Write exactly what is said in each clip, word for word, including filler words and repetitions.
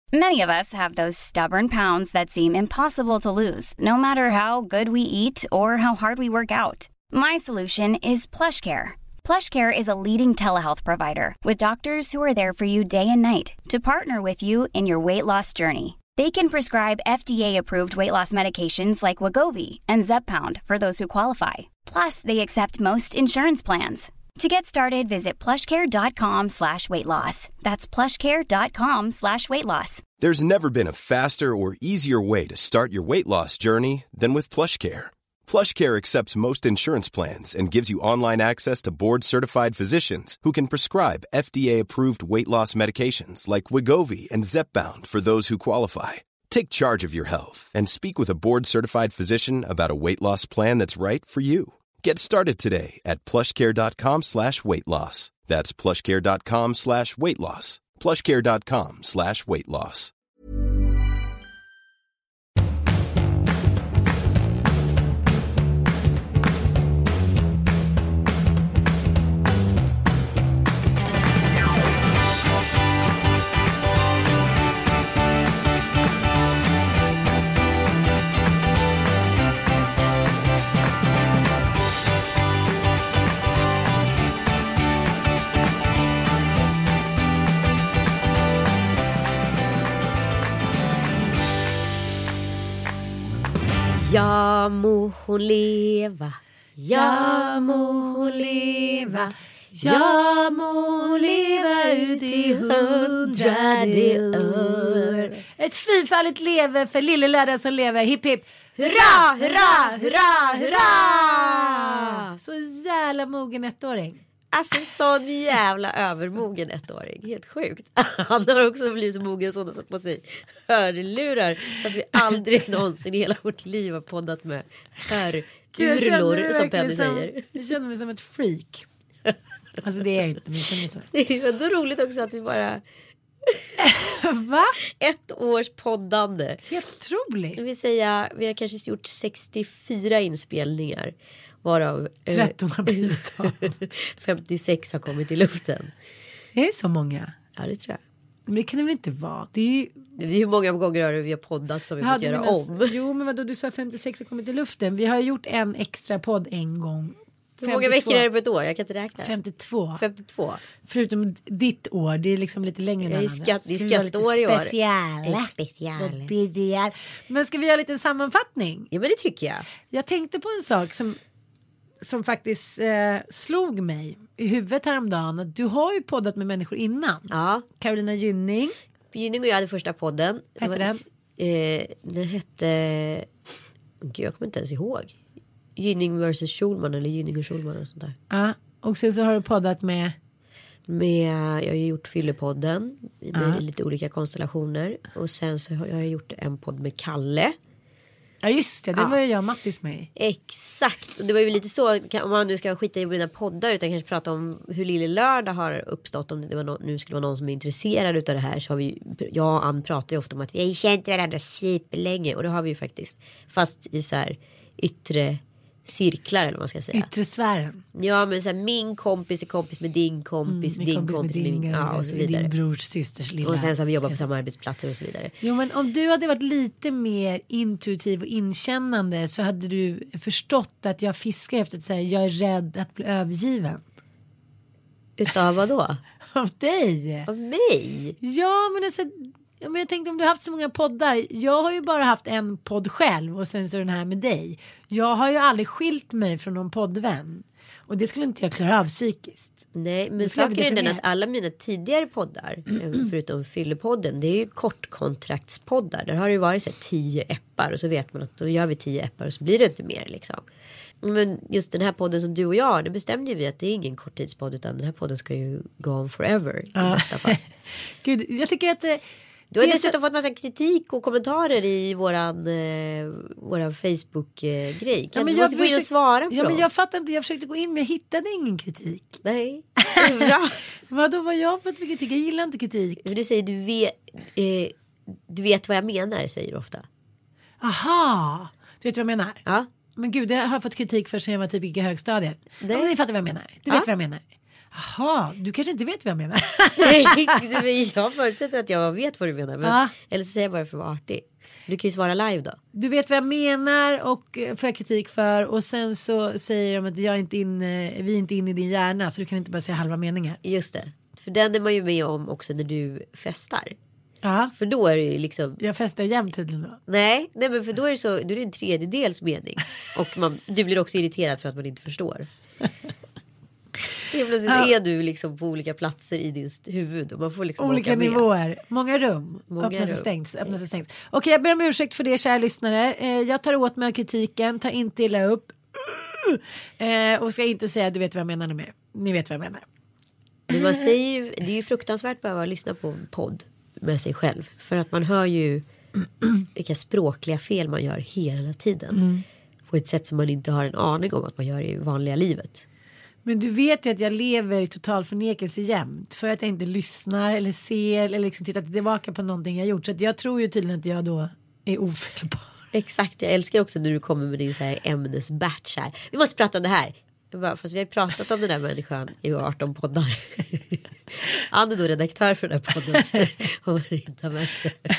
Many of us have those stubborn pounds that seem impossible to lose, no matter how good we eat or how hard we work out. My solution is PlushCare. PlushCare is a leading telehealth provider with doctors who are there for you day and night to partner with you in your weight loss journey. They can prescribe F D A-approved weight loss medications like Wegovy and Zepbound for those who qualify. Plus, they accept most insurance plans. To get started, visit plushcare.com slash weight loss. That's plushcare.com slash weight loss. There's never been a faster or easier way to start your weight loss journey than with PlushCare. PlushCare accepts most insurance plans and gives you online access to board-certified physicians who can prescribe F D A-approved weight loss medications like Wegovy and Zepbound for those who qualify. Take charge of your health and speak with a board-certified physician about a weight loss plan that's right for you. Get started today at plushcare.com slash weight loss. That's plushcare.com slash weight loss. plushcare.com slash weight loss. Ja må hon leva, ja må hon leva, ja må hon leva ut i hundrade år. Ett fyrfaldigt leve för lille lärare som lever, hipp hipp. Hurra, hurra, hurra, hurra! Så jävla mogen ettåring. Alltså sån jävla övermogen ettåring. Helt sjukt. Han har också blivit så mogen så han har satt på sig hörlurar. Fast vi aldrig någonsin i hela vårt liv har poddat med hörgurlor som Penny säger. Jag känner mig som ett freak. Alltså det är jag inte, men jag känner mig så. Det är ändå roligt också att vi bara... Va? Ett års poddande. Helt otroligt. Det vill säga, vi har kanske gjort sextiofyra inspelningar. Varav tretton har blivit av. femtiosex har kommit i luften. Det är så många. Ja, det tror jag. Men det kan det väl inte vara? Det är ju... Hur många gånger har vi har poddat som vi ja, fått göra menas... om? Jo, men vadå, du sa femtiosex har kommit i luften. Vi har gjort en extra podd en gång. Hur många veckor är det på ett år? Jag kan inte räkna. femtiotvå. femtiotvå. Förutom ditt år, det är liksom lite längre än det är skatt, det är skatteår i år. Special. Special. Special. Men ska vi göra lite sammanfattning? Ja, men det tycker jag. Jag tänkte på en sak som, som faktiskt eh, slog mig i huvudet häromdagen. Att du har ju poddat med människor innan. Ja. Carolina Gynning. Gynning och jag hade första podden. Hette den? Eh, den hette... Gud, jag kommer inte ens ihåg. Gynning versus Schulman eller Gynning och Schulman och sånt där. Ja, och sen så har du poddat med... med jag har ju gjort Fyllepodden med ja. lite olika konstellationer. Och sen så har jag gjort en podd med Kalle. Ja just det, det ja. var ju jag och Mattis med. Exakt, och det var ju lite så, om man nu ska skita i mina poddar utan kanske prata om hur Lille Lördag har uppstått, om det var no- nu skulle vara någon som är intresserad utav det här, så har vi, jag och Ann pratar ju ofta om att vi har känt varandra superlänge, och det har vi ju faktiskt, fast i så här yttre cirklar eller vad man ska säga. Yttre sfären. Ja, men så här, min kompis är kompis med din kompis, mm, din kompis, kompis med din, ja, och så vidare. Din brors systers lilla. Och sen så har vi jobbat på samma arbetsplatser och så vidare. Jo, men om du hade varit lite mer intuitiv och inkännande så hade du förstått att jag fiskar efter att säga jag är rädd att bli övergiven. Utav vad då? Av dig. Av mig? Ja, men alltså... Ja, men jag tänkte om du har haft så många poddar. Jag har ju bara haft en podd själv och sen så den här med dig. Jag har ju aldrig skilt mig från någon poddvän. Och det skulle inte jag klara av psykiskt. Nej, men saken är den att alla mina tidigare poddar, förutom Fyllepodden, det är ju kortkontraktspoddar. Där har det ju varit så här tio eppar och så vet man att då gör vi tio eppar och så blir det inte mer liksom. Men just den här podden som du och jag, det bestämde ju vi att det är ingen korttidspodd, utan den här podden ska ju go on forever i ja. bästa fall. Gud, jag tycker att... Du har dessutom så... fått massa kritik och kommentarer i våran, eh, våran Facebook-grej. Eh, kan ja, du måste gå in och svara på Ja, dem. Men jag fattar inte. Jag försökte gå in men jag hittade ingen kritik. Nej, det är bra. Vadå, vad jag fått för kritik? Jag gillar inte kritik. Du säger, du vet, eh, du vet vad jag menar, säger du ofta. Aha, du vet vad jag menar? Ja. Men gud, jag har fått kritik för sen jag var typ i högstadiet. Nej. Ja, men ni fattar vad jag menar. Du vet ja. vad jag menar. Jaha, du kanske inte vet vad jag menar. Nej, jag förutsätter att jag vet vad du menar. Men, Ja. Eller så säger jag bara för att vara artig. Du kan ju svara live då. Du vet vad jag menar och får jag kritik för. Och sen så säger de att jag är inte inne, vi är inte inne i din hjärna. Så du kan inte bara säga halva meningar. Just det. För den är man ju med om också när du festar. Ja. För då är det ju liksom... Jag festar jämt tydligen då. Nej, nej men för då är det så, då är det en tredjedels mening. Och man, du blir också irriterad för att man inte förstår. Helt plötsligt Ja. är du liksom på olika platser i din huvud. Och man får liksom Olika åka med. nivåer. Många rum. Många öppnas och rum. stängs. Öppnas och stängs. Okej, jag ber om ursäkt för det, kära lyssnare. Eh, jag tar åt mig av kritiken. Tar inte illa upp. Eh, och ska inte säga du vet vad jag menar med. Ni vet vad jag menar. Men man säger ju, det är ju fruktansvärt att behöva lyssna på en podd med sig själv. För att man hör ju vilka språkliga fel man gör hela tiden. Mm. På ett sätt som man inte har en aning om att man gör i vanliga livet. Men du vet ju att jag lever i total förnekelse jämt. För att jag inte lyssnar eller ser eller liksom tittar tillbaka på någonting jag gjort. Så att jag tror ju tydligen att jag då är ofelbar. Exakt, jag älskar också när du kommer med din så här ämnesbatch här. Vi måste prata om det här. Jag bara, fast vi har pratat om den där människan i arton poddar. Han är då redaktör för den här podden. Om man inte har märkt det.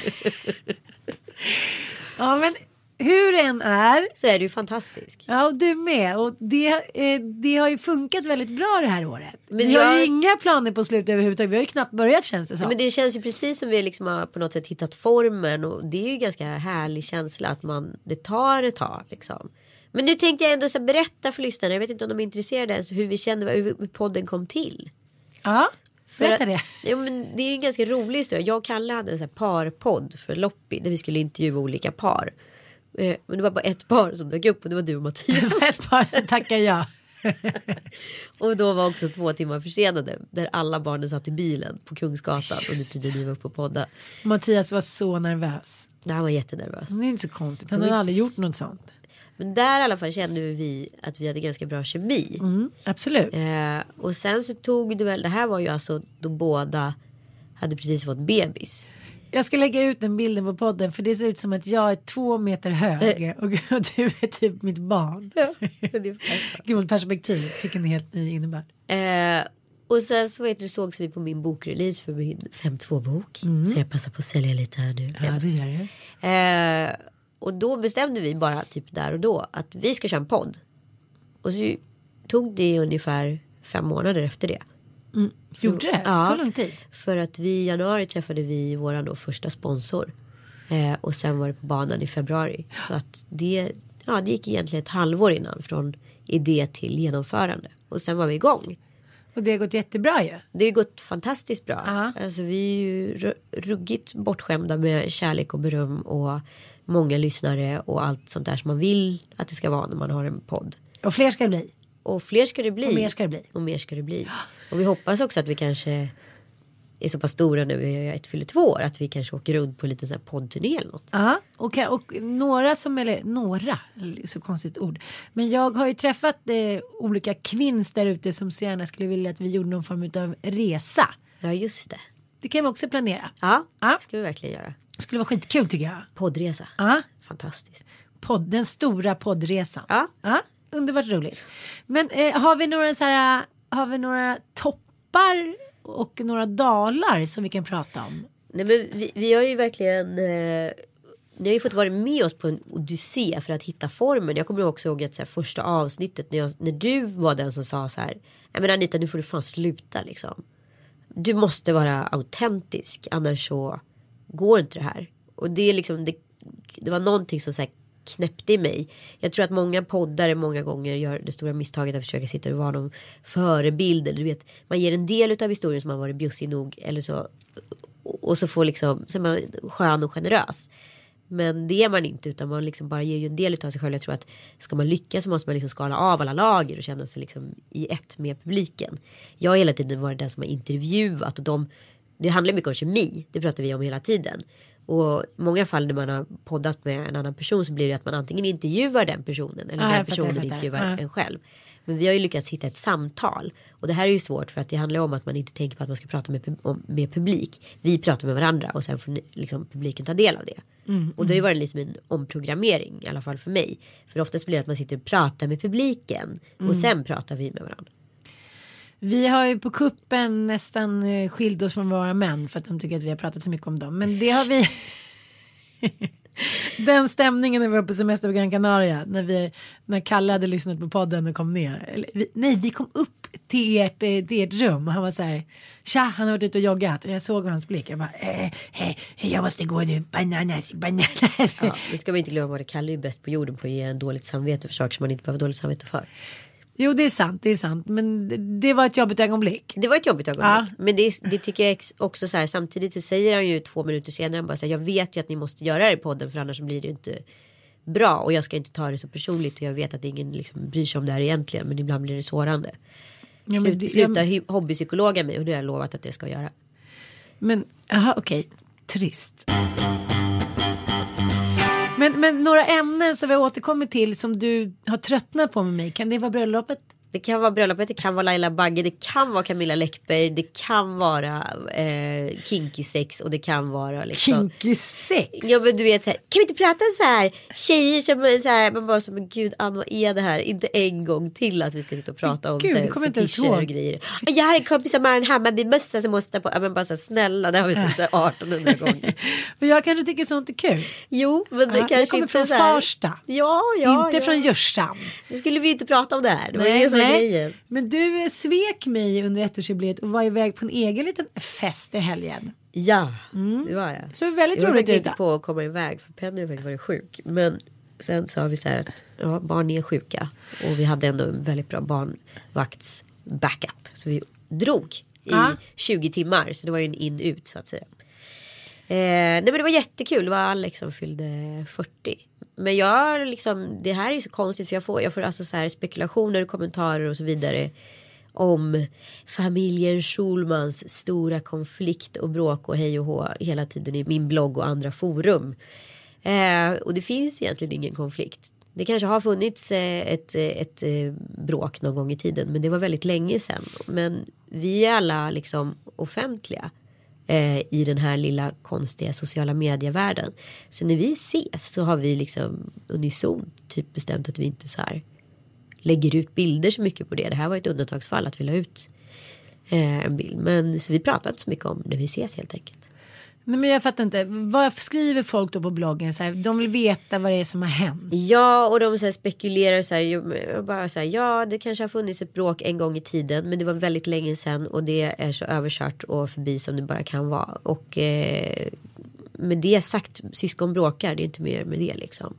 Ja, men hur en är. Så är det ju fantastiskt. Ja, och du med. Och det, eh, det har ju funkat väldigt bra det här året. Men Vi har ju jag- inga planer på slut överhuvudtaget. Vi har ju knappt börjat, känns det som. Men det känns ju precis som vi liksom har på något sätt hittat formen. Och det är ju ganska härlig känsla att man, det tar ett tag liksom. Men nu tänkte jag ändå så här berätta för lyssnarna. Jag vet inte om de är intresserade ens hur vi kände, hur hur podden kom till. Ja, För berätta att- det. Ja, men det är ju en ganska rolig historia. Jag och Kalle hade en sån här parpodd för Loppi. Där vi skulle intervjua olika par. Eh, Men det var bara ett par som dök upp. Och det var du och Mattias. Ett par, tackar jag. Och då var också två timmar försenade. Där alla barnen satt i bilen på Kungsgatan. Under tiden ni var uppe och podda. Mattias var så nervös. Han var jättenervös. Det är inte så konstigt. Han Det var hade aldrig inte gjort något sånt. Men där i alla fall kände vi att vi hade ganska bra kemi. Mm, absolut. Eh, och sen så tog det väl, det här var ju alltså då båda hade precis fått bebis. Jag ska lägga ut den bilden på podden. För det ser ut som att jag är två meter hög. Och, och du är typ mitt barn. Ja, det är första. Gud, perspektiv fick en helt ny innebörd. Eh, och sen så vet du, sågs vi på min bokrelease för min fem två-bok. Så jag passar på att sälja lite här nu. Ja, det gör jag. Eh, och då bestämde vi bara typ där och då att vi ska köra en podd. Och så tog det ungefär fem månader efter det. Mm. Gjorde det? Ja. Så lång tid? För att vi i januari träffade vi våran då första sponsor. Eh, och sen var det på banan i februari. Så att det, ja, det gick egentligen ett halvår innan från idé till genomförande. Och sen var vi igång. Och det har gått jättebra ju. Det har gått fantastiskt bra. Ja. Alltså vi är ju ru- ruggigt bortskämda med kärlek och beröm och många lyssnare och allt sånt där som man vill att det ska vara när man har en podd. Och fler ska det bli. Och fler ska det bli. Och mer ska det bli. Och mer ska det bli. Och vi hoppas också att vi kanske är så pass stora när vi är ett fyller två år. Att vi kanske åker runt på lite så här poddturné eller något. Ja, och, och några som, eller några, så konstigt ord. Men jag har ju träffat eh, olika kvinns där ute som så gärna skulle vilja att vi gjorde någon form av resa. Ja, just det. Det kan vi också planera. Ja, Ja. det ska vi verkligen göra. Det skulle vara skitkul tycker jag. Poddresa. Ja, Fantastiskt. podd, den stora poddresan. Ja. Ja, underbart roligt. Men eh, har vi några så här, har vi några toppar och några dalar som vi kan prata om? Nej, men vi, vi har ju verkligen... Eh, ni har ju fått vara med oss på en odyssé för att hitta formen. Jag kommer också ihåg att så här, första avsnittet när, jag, när du var den som sa så här: nej men Anita, nu får du fan sluta liksom. Du måste vara autentisk, annars så går inte det här. Och det är liksom, det, det var någonting som så här knäppte i mig. Jag tror att många poddare många gånger gör det stora misstaget att försöka sitta och vara någon förebild. Eller du vet, man ger en del av historien som har varit bjussig nog. Eller så, och så får liksom, så är man skön och generös. Men det är man inte, utan man liksom bara ger ju en del av sig själv. Jag tror att ska man lyckas så måste man liksom skala av alla lager och känna sig liksom i ett med publiken. Jag har hela tiden varit den som har intervjuat och de, det handlar mycket om kemi, det pratar vi om hela tiden. Och i många fall när man har poddat med en annan person så blir det att man antingen intervjuar den personen eller Ja, den jag fattar, personen jag fattar. intervjuar Ja. en själv. Men vi har ju lyckats hitta ett samtal. Och det här är ju svårt för att det handlar om att man inte tänker på att man ska prata med, pub- om, med publik. Vi pratar med varandra och sen får ni, liksom, publiken ta del av det. Mm, och det har ju varit liksom en omprogrammering i alla fall för mig. För oftast blir det att man sitter och pratar med publiken Mm. och sen pratar vi med varandra. Vi har ju på kuppen nästan skilt oss från våra män för att de tycker att vi har pratat så mycket om dem. Men det har vi... Den stämningen när vi var på semester på Gran Canaria, när, vi, när Kalle hade lyssnat på podden och kom ner. Eller, vi, nej, vi kom upp till ert, till ert rum och han var så här, tja, han har varit ute och joggat och jag såg hans blick. Jag bara, eh, eh, jag måste gå nu, bananas, bananas. Ja, vi ska inte glömma att Kalle är bäst på jorden på att ge en dåligt samvete för saker som man inte behöver dåligt samvete för. Jo, det är sant, det är sant. Men det, det var ett jobbigt ögonblick. Det var ett jobbigt ögonblick. Ja. Men det, det tycker jag också så här, samtidigt så säger han ju två minuter senare, han bara så här, jag vet ju att ni måste göra det i podden för annars blir det ju inte bra. Och jag ska inte ta det så personligt och jag vet att ingen liksom bryr sig om det här egentligen, men ibland blir det sårande. Ja, men det, Sluta jag... hobbypsykologa mig och det har jag lovat att jag ska göra. Men, aha, okej, okay. Trist. Men, men några ämnen som vi har återkommit till som du har tröttnat på med mig. Kan det vara bröllopet? Det kan vara bröllopet, det kan vara Laila Bagge, det kan vara Camilla Läckberg, det kan vara eh, kinky sex och det kan vara liksom... Kinky sex? Ja, men du vet så här, kan vi inte prata så här, tjejer som är så här, man bara som, men gud Anna, vad är det här? Inte en gång till att vi ska sitta och prata om gud, så här, fetischer och grejer. Och jag har en kompis som har en Hammarby-mössa som måste på, ja men bara så här, snälla, det har vi sett artonhundra gånger. Men jag kanske tycker sånt är kul. Jo, men det ja, kanske jag kommer inte från så här... Farsta. Ja, ja, inte ja. från Djursam. Nu skulle vi inte prata om det här, det var nej, det som var nej. grejen. Men du svek mig under ettårsjubileet och var iväg på en egen liten fest i helgen. Ja, mm. det var jag. Så det var väldigt jag var roligt. faktiskt inte på att komma iväg för Penny har faktiskt varit sjuk. Men sen sa vi så här att ja, barn är sjuka. Och vi hade ändå en väldigt bra barnvakts backup. Så vi drog i ah. tjugo timmar. Så det var ju en in-ut så att säga. Eh, nej men det var jättekul. Det var Alex som fyllde fyrtio. Men jag liksom, det här är ju så konstigt för jag får, jag får alltså så här spekulationer, kommentarer och så vidare om familjen Schulmans stora konflikt och bråk och hej och hå hela tiden i min blogg och andra forum. Eh, och det finns egentligen ingen konflikt. Det kanske har funnits eh, ett, ett, ett bråk någon gång i tiden, men det var väldigt länge sedan. Men vi är alla liksom offentliga i den här lilla konstiga sociala medievärlden. Så när vi ses så har vi liksom unison typ bestämt att vi inte så här lägger ut bilder så mycket på det. Det här var ett undantagsfall att vi la ut eh, en bild. Men så vi pratar inte så mycket om när vi ses helt enkelt. Nej, men jag fattar inte. Vad skriver folk då på bloggen? Så här, de vill veta vad det är som har hänt. Ja, och de så här spekulerar så här, jag bara så här, ja, det kanske har funnits ett bråk en gång i tiden, men det var väldigt länge sedan och det är så överkört och förbi som det bara kan vara. Och eh, med det sagt, syskon bråkar, det är inte mer med det liksom.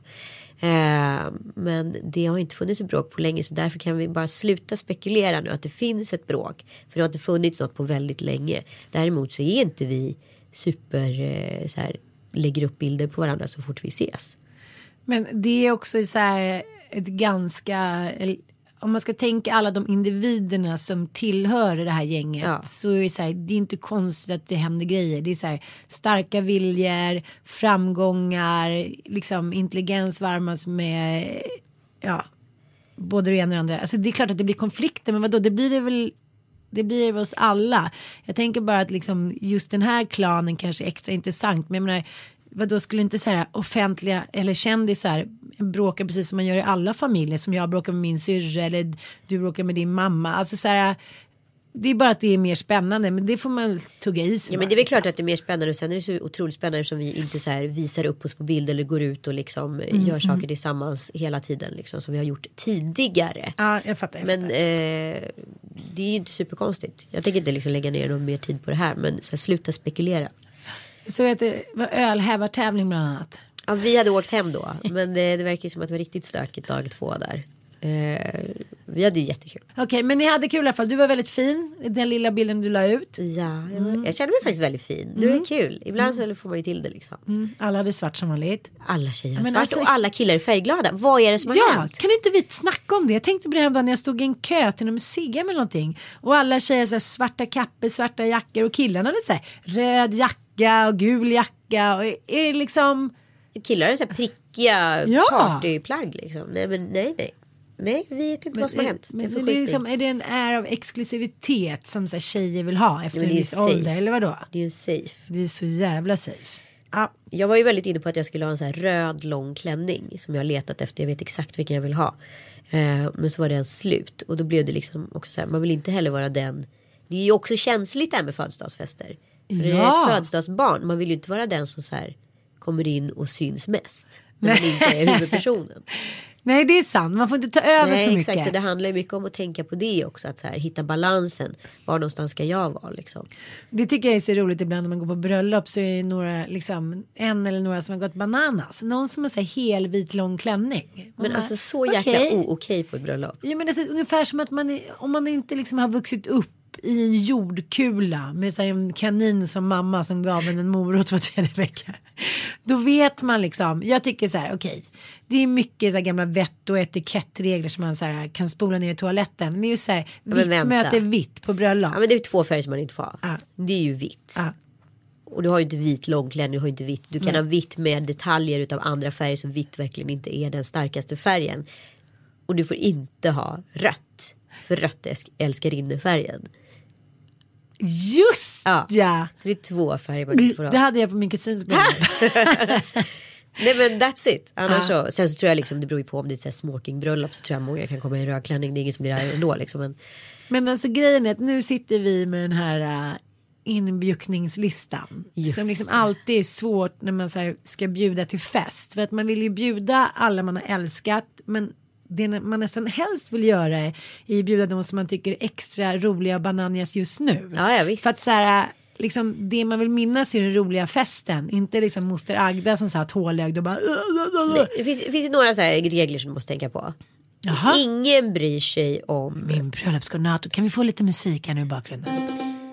Eh, men det har inte funnits ett bråk på länge, så därför kan vi bara sluta spekulera nu att det finns ett bråk. För det har inte funnits något på väldigt länge. Däremot så är inte vi super eh, så här, lägger upp bilder på varandra så fort vi ses. Men det är också så här ett ganska, om man ska tänka alla de individerna som tillhör det här gänget, ja. Så är det så här, det är inte konstigt att det händer grejer. Det är så här, starka viljor, framgångar, liksom intelligens varmas med ja, både det ena och det andra. Alltså det är klart att det blir konflikter, men vadå, det blir det väl. Det blir det oss alla. Jag tänker bara att liksom just den här klanen kanske är extra intressant. Men jag menar, vadå, skulle inte så här offentliga eller kändisar bråka precis som man gör i alla familjer? Som jag bråkar med min syrra eller du bråkar med din mamma. Alltså så här, det är bara att det är mer spännande, men det får man tugga i sig. Ja, men det är väl klart att det är mer spännande, och sen är det så otroligt spännande som vi inte så här visar upp oss på bild eller går ut och liksom mm, gör saker mm. tillsammans hela tiden liksom, som vi har gjort tidigare. Ja, jag fattar. Jag men fattar. Eh, det är ju inte superkonstigt. Jag tänker inte liksom lägga ner någon mer tid på det här, men så här, sluta spekulera. Så att det var ölhävartävling bland annat. Ja, vi hade åkt hem då, men det, det verkar ju som att det var riktigt stökigt dag två där. Eh, vi hade ju jättekul. Okej, okay, men ni hade kul i alla fall. Du var väldigt fin, den lilla bilden du la ut. Ja, jag, mm. jag kände mig faktiskt väldigt fin. Det var mm. kul. Ibland mm. så får man ju till det liksom. Mm. Alla hade svart som vanligt. Alla tjejer har men svart alltså, och alla killar är färgglada. Vad är det som har ja, hänt? Kan inte vi snacka om det? Jag tänkte på det här när jag stod i en kö till en museum eller någonting. Och alla tjejer så här, svarta kappor, svarta jackor och killarna lite så här, röd jacka och gul jacka. Och är det liksom... Killar är så här prickiga ja. partyplagg liksom. Nej, men nej, nej. Nej, vi vet inte men, vad som har hänt. Men, men det är, liksom, är det en är av exklusivitet som så här, tjejer vill ha efter en viss safe. ålder, eller vadå? Det är ju safe. Det är så jävla safe. Ja. Jag var ju väldigt inne på att jag skulle ha en så här röd lång klänning som jag har letat efter. Jag vet exakt vilken jag vill ha. Eh, men så var det en slut. Och då blev det liksom också så här, man vill inte heller vara den. Det är ju också känsligt det här med födelsedagsfester. För Ja. det är ett födelsedagsbarn. Man vill ju inte vara den som så här kommer in och syns mest. När man inte är huvudpersonen. Nej, det är sant. Man får inte ta över Nej, för mycket. exakt. Så det handlar ju mycket om att tänka på det också. Att så här, hitta balansen. Var någonstans ska jag vara liksom. Det tycker jag är så roligt ibland när man går på bröllop så är det några, liksom, en eller några som har gått bananas. Någon som har så här hel vit lång klänning. Man Men bara, alltså så jäkla okej. o-okej på ett bröllop. Ja, men det är ungefär som att man är, om man inte liksom har vuxit upp i en jordkula med så här, en kanin som mamma som gav en en morot var tredje vecka. Då vet man liksom, jag tycker så här, okej. Okay, det är mycket så här gamla vett- och etikettregler som man så här, kan spola ner i toaletten. Men det är ju så här, vitt vänta. möter vitt på bröllop. Ja, men det är två färger som man inte får ha. Ja. Det är ju vitt. Ja. Och du har ju inte vit långklänning, du har ju inte vitt. Du kan Nej. ha vitt med detaljer utav andra färger så vitt verkligen inte är den starkaste färgen. Och du får inte ha rött. För rött är älskarinnefärgen. Just ja. ja. Så det är två färger man inte får ha. Det hade jag på min kusins bröllop. Nej men that's it. Annars ja. så, sen så tror jag liksom det beror ju på om det är ett smokingbröllop så tror jag många kan komma i rödklänning. Det är ingen som blir arg ändå liksom. Men... men alltså grejen är att nu sitter vi med den här uh, inbjudningslistan. Just som liksom alltid är svårt när man så här, ska bjuda till fest. För att man vill ju bjuda alla man har älskat. Men det man nästan helst vill göra är, är att bjuda de som man tycker är extra roliga och bananias just nu. Ja, ja, visst. För att så här, liksom, det man vill minnas är den roliga festen. Inte liksom moster Agda som satt hålögd och bara... Nej, det finns, det finns ju några så här regler som du måste tänka på. Jaha. Ingen bryr sig om... Min bröllopskoordinator. Kan vi få lite musik här nu i bakgrunden?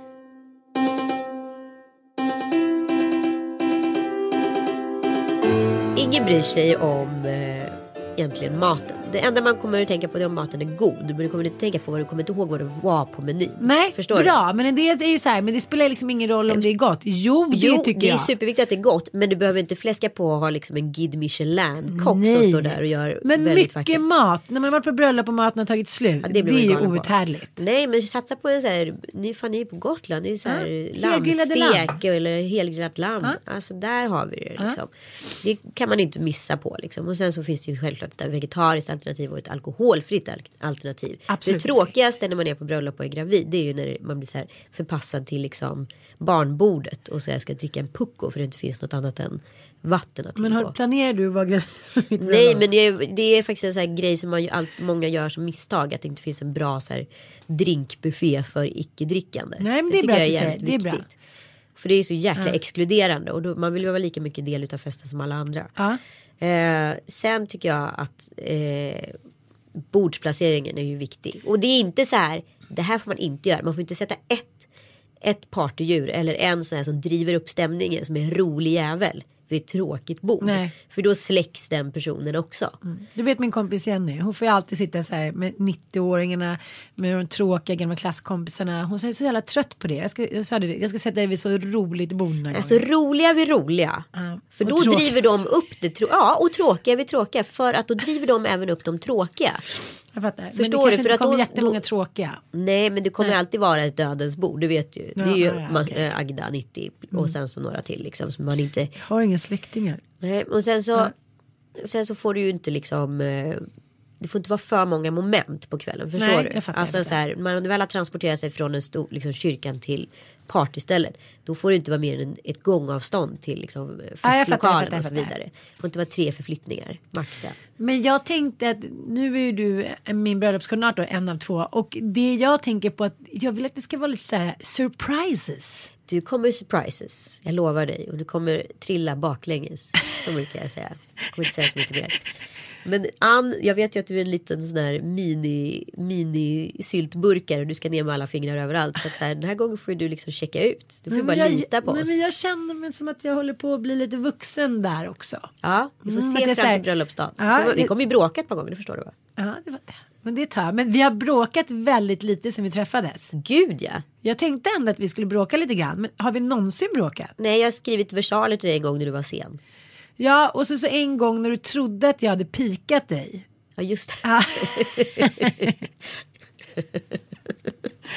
Ingen bryr sig om eh, egentligen maten. Det enda man kommer att tänka på är om maten är god. Men du kommer inte tänka på vad du kommer inte ihåg vad det var på menyn. Nej, förstår bra. Du? Men det är ju så här, men det spelar liksom ingen roll om det är gott. Jo, det jo, tycker det jag. är superviktigt att det är gott. Men du behöver inte fläska på och ha liksom en Guide Michelin-kock som står där och gör men väldigt mycket vackert. mat. När man har varit på bröllop och maten har tagit slut. Ja, det, det är ju på. outhärdligt. Nej, men satsa på en så här, ni fan ni är på Gotland, det är så här ja, lammstek eller helgrillat lamm. Ja. Alltså där har vi det liksom. Ja. Det kan man inte missa på liksom. Och sen så finns det ju självklart ett vegetariskt alternativ och ett alkoholfritt alternativ. Absolut. Det tråkigaste när man är på bröllop och är gravid, det är ju när man blir så här förpassad till liksom barnbordet och så jag ska dricka en pucko för det inte finns något annat än vatten att Men har, på. planerar du att vara gravid? Nej, men det är, det är faktiskt en sån här grej som man, allt, många gör som misstag. Att det inte finns en bra så här, drinkbuffé för icke-drickande. Nej, men det är bra att du säger. Det är bra. För det är så jäkla Ja. exkluderande. Och då, man vill ju vara lika mycket del av festen som alla andra. Ja. Eh, sen tycker jag att eh, bordsplaceringen är ju viktig. Och det är inte så här, det här får man inte göra. Man får inte sätta ett, ett partydjur eller en sån här som driver upp stämningen som är en rolig jävel vid ett tråkigt bord. Nej. För då släcks den personen också. Mm. Du vet min kompis Jenny, hon får ju alltid sitta så här med nittio-åringarna med de tråkiga gamla klasskompisarna. Hon är så jävla trött på det. Jag ska, jag sa det, jag ska sätta det vid så roligt bord någon Alltså gång. roliga vid roliga. Ja. För Och då tråkiga. driver de upp det. Ja, och tråkiga vid tråkiga. För att då driver de även upp de tråkiga. Jag fattar. Men det Förstår kanske du? För inte att kommer då- jättemånga då- tråkiga. Nej, men det kommer Nej. alltid vara ett dödens bord. Du vet ju. Det är Ja, ju ja, ja, ma- okej. äh, Agda nittio och sen så några till liksom. Som man inte... Jag har inga släktingar. Nej, och sen så... Ja. Sen så får du ju inte liksom... eh, Det får inte vara för många moment på kvällen. Förstår Nej, du? jag fattar, alltså jag så fattar. här, man väl har transporterat sig från en stor liksom, kyrkan till partystället. Då får det inte vara mer än ett gångavstånd till liksom, Ja, jag fattar, jag festlokalen fattar, jag och så fattar. vidare. Det får inte vara tre förflyttningar, max. ja. Men jag tänkte att nu är ju du min bröllopskoordinator, en av två. Och det jag tänker på att jag vill att det ska vara lite så här surprises. Du kommer surprises, jag lovar dig. Och du kommer trilla baklänges. Så mycket jag säga. Jag kommer inte säga så mycket mer. Men Ann, jag vet ju att du är en liten sån här mini, mini syltburkar och du ska ner med alla fingrar överallt. Så att så här, den här gången får du liksom checka ut. Du får Men bara jag, lita på men, oss. men jag känner mig som att jag håller på att bli lite vuxen där också. Ja, vi får Mm, se att jag fram säger- till bröllopsdagen. Ja, Så vi jag- kommer ju bråka ett par gånger, det förstår du va? Ja, det var det. Men det tar. Men vi har bråkat väldigt lite sen vi träffades. Gud ja. Jag tänkte ändå att vi skulle bråka lite grann. Men har vi någonsin bråkat? Nej, jag har skrivit versaler till dig en gång när du var sen. Ja, och så, så en gång när du trodde att jag hade pikat dig. Ja, just det. Ja.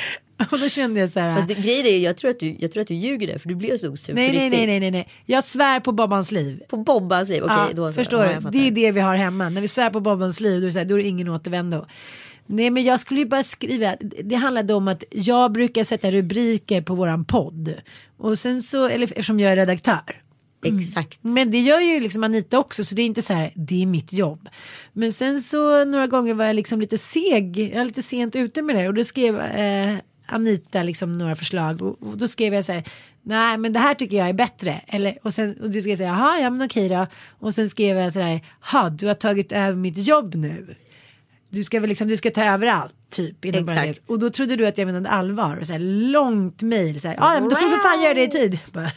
Och då kände jag så här. Fast det, grejen är, jag tror att du, jag tror att du ljuger där, för du blev så sur nej, på nej, riktigt. nej, nej, nej, nej. Jag svär på Bobbans liv. På Bobbans liv, okej. Ja, då, förstår ja, du? Det är det vi har hemma. När vi svär på Bobbans liv, då är det, så här, då är det ingen återvändo. Nej, men jag skulle ju bara skriva. Det handlade om att jag brukar sätta rubriker på våran podd. Och sen så, eller eftersom jag är redaktör. Mm. Exakt. Men det gör ju liksom Anita också, så det är inte så här, det är mitt jobb. Men sen så några gånger var jag liksom lite seg, jag var lite sent ute med det. Och då skrev eh, Anita liksom några förslag. Och, och då skrev jag så här, nej men det här tycker jag är bättre. Eller, och, sen, och du skrev säga, jaha, ja men okej då. Och sen skrev jag så här, ha du har tagit över mitt jobb nu. Du ska väl liksom, du ska ta över allt typ. Exakt. Och då trodde du att jag menade allvar. Och så här, långt mejl. Ja men då får du för fan göra det i tid.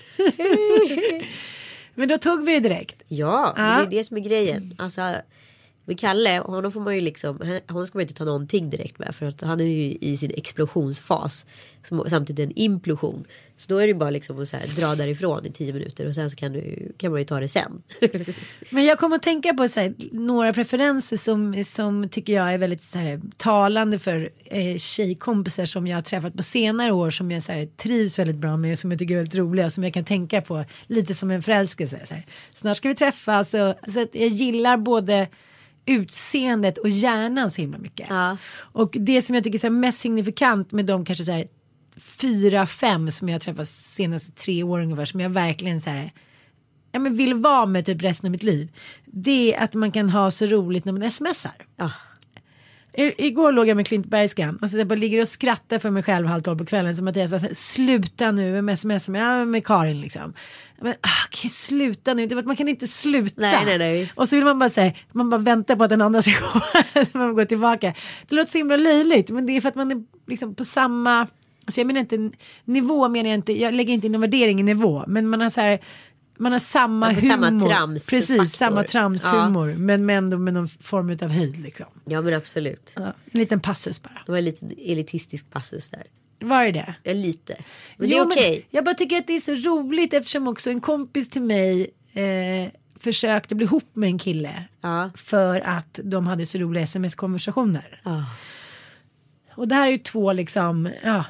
Men då tog vi det direkt. Ja, ja. Det är det som är grejen. Alltså, med Kalle, honom får man ju liksom, honom ska man inte ta någonting direkt med. För att han är ju i sin explosionsfas. Som, samtidigt en implosion. Så då är det bara liksom att så här, dra därifrån i tio minuter. Och sen så kan, du, kan man ju ta det sen. Men jag kommer att tänka på så här, några preferenser som, som tycker jag är väldigt så här, talande för eh, tjejkompisar som jag har träffat på senare år. Som jag så här, trivs väldigt bra med och som jag tycker är väldigt roliga. Och som jag kan tänka på lite som en förälskelse. Så här. Snart ska vi träffas. Och, så att jag gillar både utseendet och hjärnan så himla mycket. Ja. Och det som jag tycker är så här, mest signifikant med de kanske så här fyra, fem som jag har träffat senaste tre år ungefär, som jag verkligen så här, ja, men vill vara med typ resten av mitt liv, det är att man kan ha så roligt när man smsar. Ja. I, igår låg jag med Klint Bergskan och så jag bara ligger och skrattar för mig själv halv tolv på kvällen, som Mattias var så här, sluta nu med sms med, ja, med Karin liksom. Men ah, okay, sluta nu, det, man kan inte sluta. Nej, nej, nej, och så vill man bara säga, man bara väntar på att den andra ska gå, man går tillbaka. Det låter så himla löjligt, men det är för att man är liksom på samma, alltså jag menar inte nivå, menar jag inte, jag lägger inte in någon värdering i nivå, men man har så här, man har samma humor. Samma trams. Precis, faktor. samma tramshumor. Ja. Men, men ändå med någon form av höjd liksom. Ja men absolut. Ja, en liten passus bara. Det var en liten elitistisk passus där. Var är det? Ja, lite. Men jo, det är okej. Okay. Jag bara tycker att det är så roligt, eftersom också en kompis till mig eh, försökte bli ihop med en kille. Ja. För att de hade så roliga sms-konversationer. Ja. Och det här är ju två liksom, ja,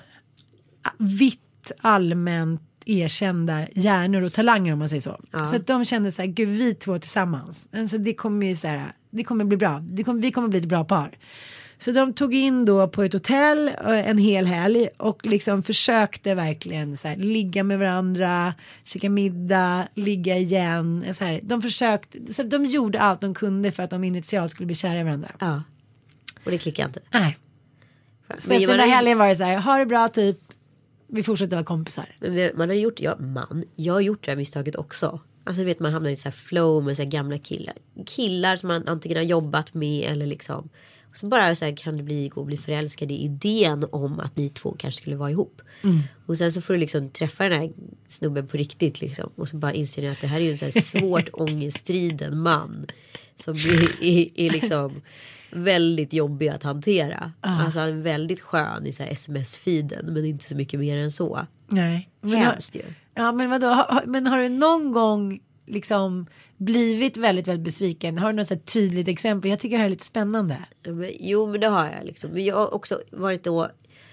vitt allmänt erkända hjärnor och talanger, om man säger så. Ja. Så att de kände så här, gud, vi två tillsammans. Alltså det kommer ju så här, det kommer bli bra. Det kommer, vi kommer bli ett bra par. Så de tog in då på ett hotell en hel helg och liksom försökte verkligen så här, ligga med varandra, käka middag, ligga igen. Så här, de försökte, så de gjorde allt de kunde för att de initialt skulle bli kära i varandra. Ja. Och det klickade inte. Nej. Så men efter den här helgen var det så här, ha det bra typ. Vi fortsätter vara kompisar. Men man har gjort, ja man, jag har gjort det här misstaget också. Alltså du vet, man hamnar i så här flow med så här gamla killar. Killar som man antingen har jobbat med eller liksom. Och så bara så här, kan det bli, gå och bli förälskad i idén om att ni två kanske skulle vara ihop. Mm. Och sen så får du liksom träffa den här snubben på riktigt liksom. Och så bara inser ni att det här är ju en så här svårt ångeststriden man. Som är, är, är liksom väldigt jobbig att hantera. Ah. Alltså han är väldigt skön i så här sms-feeden, men inte så mycket mer än så. Nej. Hemskt ju. Ja, men vadå? Har, men har du någon gång liksom blivit väldigt, väldigt besviken? Har du något så här tydligt exempel? Jag tycker det här är lite spännande. Ja, men, jo, men det har jag liksom. Men jag har också varit då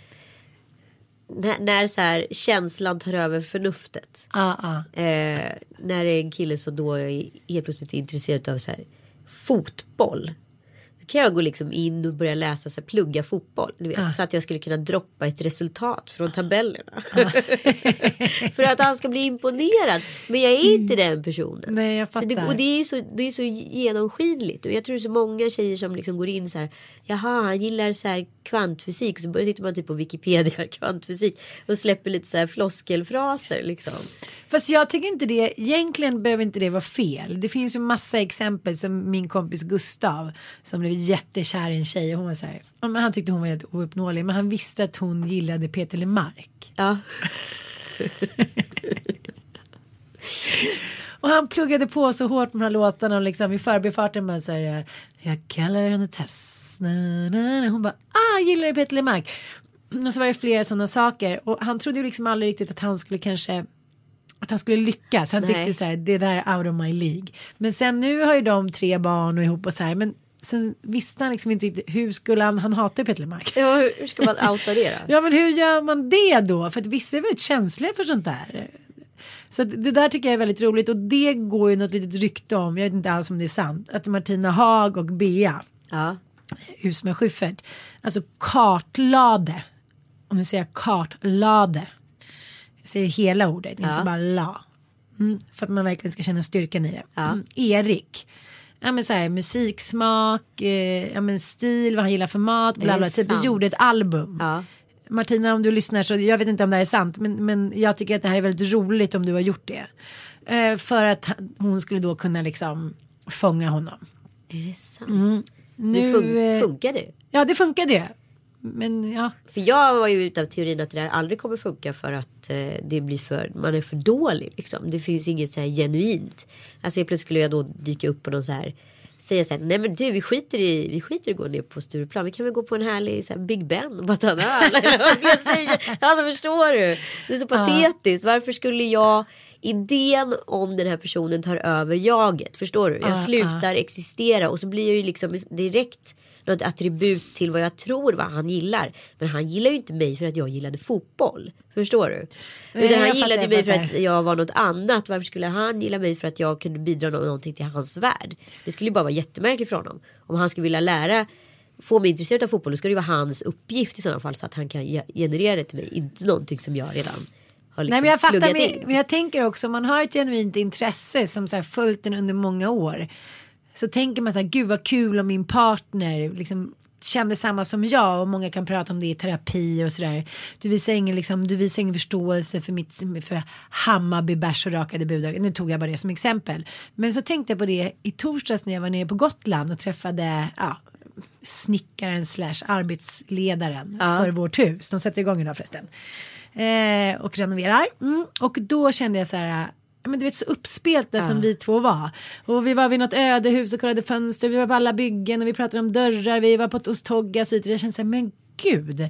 när, när så här känslan tar över förnuftet. Ah, ah. Eh, när det är en kille som då är helt plötsligt intresserad av så här fotboll. Kan jag gå liksom in och börja läsa, så här, plugga fotboll, du vet, ah. så att jag skulle kunna droppa ett resultat från tabellerna. Ah. För att han ska bli imponerad. Men jag är inte mm. den personen. Nej, jag fattar. Så det, och det är ju så, det är så genomskinligt. Och jag tror det är så många tjejer som liksom går in så här, jaha, han gillar så här kvantfysik. Och så börjar tittar man typ på Wikipedia, kvantfysik. Och släpper lite så här floskelfraser liksom. Fast jag tycker inte det, egentligen behöver inte det vara fel. Det finns ju massa exempel, som min kompis Gustav som blev jättekär i en tjej och hon var så här, han tyckte hon var helt ouppnåelig, men han visste att hon gillade Peter LeMarc. Ja. Och han pluggade på så hårt med de här låtarna och liksom i förbifarten bara så här, jag kallar henne Tess. Na, na, na. Hon bara, ah, gillar du Peter LeMarc? Och så var det flera sådana saker och han trodde ju liksom aldrig riktigt att han skulle kanske att han skulle lyckas. Han Nej. tyckte så här, det där är out of my league. Men sen nu har ju de tre barn och ihop och så här, men sen visste han liksom inte riktigt, hur skulle han, han hatar Peter Lemark. Ja, hur, hur ska man outa det då? Ja, men hur gör man det då? För att vissa är väldigt känsliga för sånt där. Så det där tycker jag är väldigt roligt. Och det går ju något litet rykte om, jag vet inte alls om det är sant, att Martina Haag och Bea, ja. Husma Schyffert, alltså kartlade, och nu säger jag kartlade, jag säger hela ordet, ja. Inte bara la. Mm, för att man verkligen ska känna styrkan i det. Ja. Mm, Erik, ja men så här, musiksmak, eh, ja men stil, vad han gillar för mat, bla bla, typ gjorde ett album. Ja. Martina, om du lyssnar, så jag vet inte om det här är sant, men, men jag tycker att det här är väldigt roligt om du har gjort det. Eh, för att hon skulle då kunna liksom fånga honom. Är det sant? Mm. Nu, det fun- funkar det? Ja, det funkade ju. Men ja. För jag var ju utav teorin att det där aldrig kommer funka för att eh, det blir för, man är för dålig liksom. Det finns inget så här genuint. Alltså plötsligt skulle jag då dyka upp på någon så här, säga så här, nej men du, vi skiter i vi skiter i att gå ner på Stureplan, vi kan väl gå på en härlig så här, Big Ben och bara ta en öl. Alltså förstår du? Det är så patetiskt. Varför skulle jag, idén om den här personen tar över jaget, förstår du? Jag slutar existera och så blir jag ju liksom direkt något attribut till vad jag tror vad han gillar. Men han gillar ju inte mig för att jag gillade fotboll. Förstår du? Nej, utan han jag gillade fattar, mig jag för att jag var något annat. Varför skulle han gilla mig för att jag kunde bidra någonting till hans värld? Det skulle ju bara vara jättemärkligt för honom. Om han skulle vilja lära, få mig intresserad av fotboll, då skulle det vara hans uppgift i sådana fall, så att han kan generera det till mig. Inte någonting som jag redan har liksom. Nej, men jag fattar, pluggat men, in. men jag tänker också, om man har ett genuint intresse som så här följt den under många år, så tänker man så här, gud vad kul om min partner liksom kände samma som jag, och många kan prata om det i terapi och sådär. Du visar ingen, liksom, du visar ingen förståelse för mitt, för Hammarby bärs och rakade budar. Nu tog jag bara det som exempel. Men så tänkte jag på det i torsdags när jag var nere på Gotland och träffade ja, snickaren slash arbetsledaren ja. för vårt hus. De sätter igång idag förresten. Eh, och renoverar. Mm. Och då kände jag så här, men du vet, så uppspelta ja. som vi två var. Och vi var vid något ödehus och kollade fönster. Vi var på alla byggen och vi pratade om dörrar. Vi var på ett Ostogga och så vidare. Jag kände så här, men gud,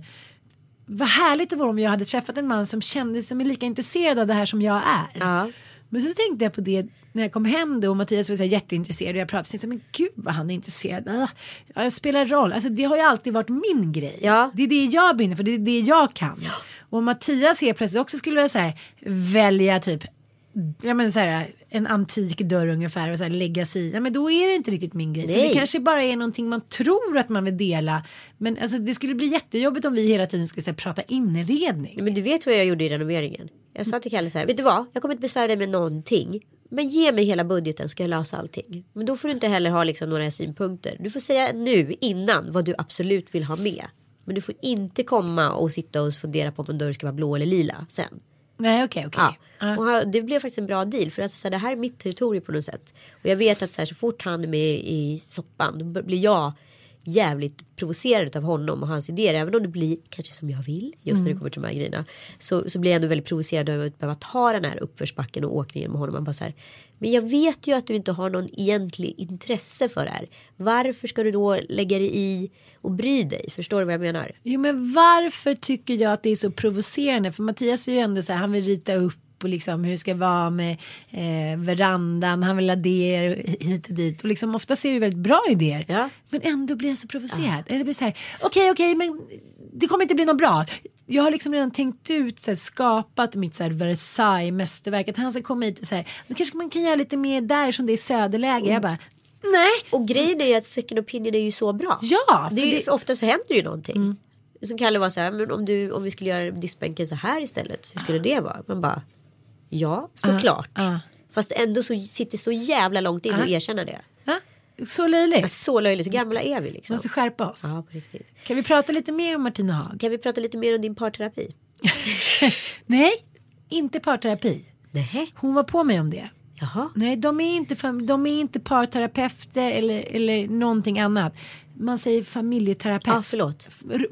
vad härligt det var om jag hade träffat en man som kände som är lika intresserad av det här som jag är. Ja. Men så tänkte jag på det när jag kom hem då, och Mattias var så här jätteintresserad och jag pratade och tänkte, men gud vad han är intresserad. Ah, jag spelar roll. Alltså det har ju alltid varit min grej. Ja. Det är det jag brinner för, det är det jag kan. Ja. Och Mattias helt plötsligt också skulle jag så här, välja typ ja, men så här, en antik dörr ungefär och så här, lägga sig i. Ja, men då är det inte riktigt min grej. Nej. Så det kanske bara är någonting man tror att man vill dela. Men alltså, det skulle bli jättejobbigt om vi hela tiden skulle så här, prata inredning. Men du vet vad jag gjorde i renoveringen. Jag sa till Kalle så här, vet du vad? Jag kommer inte besvära dig med någonting. Men ge mig hela budgeten så ska jag lösa allting. Men då får du inte heller ha liksom, några synpunkter. Du får säga nu innan vad du absolut vill ha med. Men du får inte komma och sitta och fundera på om en dörr ska vara blå eller lila sen. Nej, okej, okay, okej. Okay. Ja. Och det blev faktiskt en bra deal. För alltså, så här, det här är mitt territorium på något sätt. Och jag vet att så, här, så fort han är med i soppan, då blir jag jävligt provocerad av honom och hans idéer. Även om det blir kanske som jag vill, just mm. när det kommer till de här grejerna. Så, så blir jag ändå väldigt provocerad över att behöva ta den här uppförsbacken och åkningen med honom. Man bara så här, men jag vet ju att du inte har någon egentlig intresse för det här. Varför ska du då lägga dig i och bry dig? Förstår du vad jag menar? Jo, men varför tycker jag att det är så provocerande? För Mattias är ju ändå så här, han vill rita upp och liksom hur det ska vara med eh, verandan, han vill ha det hit och dit och liksom ofta ser vi väldigt bra idéer, ja. Men ändå blir jag så provocerad. Ja. Det blir så här, okej, okay, okej, okay, men det kommer inte bli något bra. Jag har liksom redan tänkt ut, så här, skapat mitt så här Versailles mästerverk, att han ska komma hit och så här, men kanske man kan göra lite mer där som det är söderläge. Mm. Jag bara, nej. Och grejen är ju att second opinion är ju så bra. Ja. Det är ju, det... ofta så händer ju någonting. Mm. Som Kalle var så här, men om, du, om vi skulle göra diskbänken så här istället, hur skulle det vara? Man bara, ja, såklart. Uh, uh. Fast ändå så sitter så jävla långt in uh. och erkänna det. Uh. Så löjligt. Ja, så löjligt, så gamla är vi liksom. Måste skärpa oss. Ja, på riktigt. Kan vi prata lite mer om Martina Haag? Kan vi prata lite mer om din parterapi? Nej, inte parterapi. Nej. Hon var på mig om det. Jaha. Nej, de är inte, de är inte parterapeuter eller, eller någonting annat. Man säger familjeterapeut. Ja, förlåt.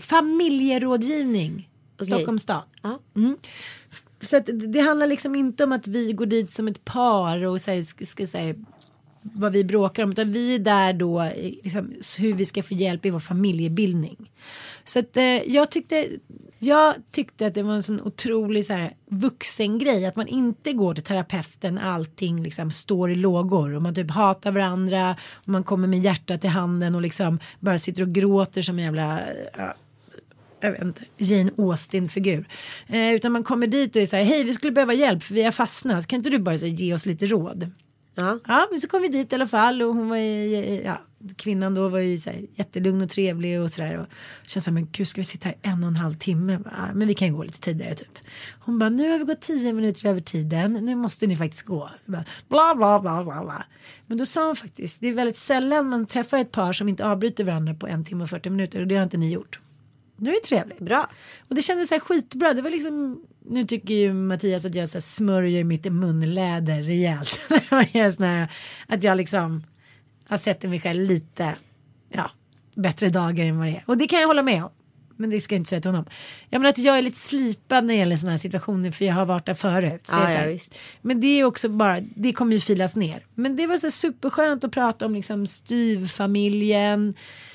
Familjerådgivning. Okay. Stockholms stad. Ja. Mm. Så att det handlar liksom inte om att vi går dit som ett par och så här, ska, ska säga vad vi bråkar om, utan vi är där då liksom, hur vi ska få hjälp i vår familjebildning. Så att eh, jag tyckte Jag tyckte att det var en sån otrolig så här, vuxen grej. Att man inte går till terapeuten. Allting liksom står i lågor. Och man typ hatar varandra. Och man kommer med hjärtat i handen. Och liksom bara sitter och gråter som en jävla... Ja, jag vet inte, Jane Austen-figur. Eh, utan man kommer dit och är så här, hej vi skulle behöva hjälp för vi har fastnat. Kan inte du bara så här, ge oss lite råd? Ja. Ja, men så kom vi dit i alla fall och hon var ju, ja, kvinnan då var ju så här, jättelugn och trevlig och sådär. Och kände så här, men gud ska vi sitta här en och en halv timme? Ja, men vi kan ju gå lite tidigare typ. Hon bara, nu har vi gått tio minuter över tiden. Nu måste ni faktiskt gå. Bara, bla bla bla bla bla. Men då sa hon faktiskt, det är väldigt sällan man träffar ett par som inte avbryter varandra på en timme och fyrtio minuter. Och det har inte ni gjort. Det är trevligt. Bra. Och det kändes så här skitbra. Det var liksom, nu tycker ju Mattias att jag så här smörjer mitt munläder rejält. jag sån här, att jag liksom har sett mig själv lite, ja, bättre dagar än vad det är. Och det kan jag hålla med om. Men det ska jag inte säga till honom. Jag menar att jag är lite slipad när det gäller såna här situationer. För jag har varit där förut. Så ah, ja, visst. Men det är också bara, det kommer ju filas ner. Men det var så superskönt att prata om liksom styvfamiljen.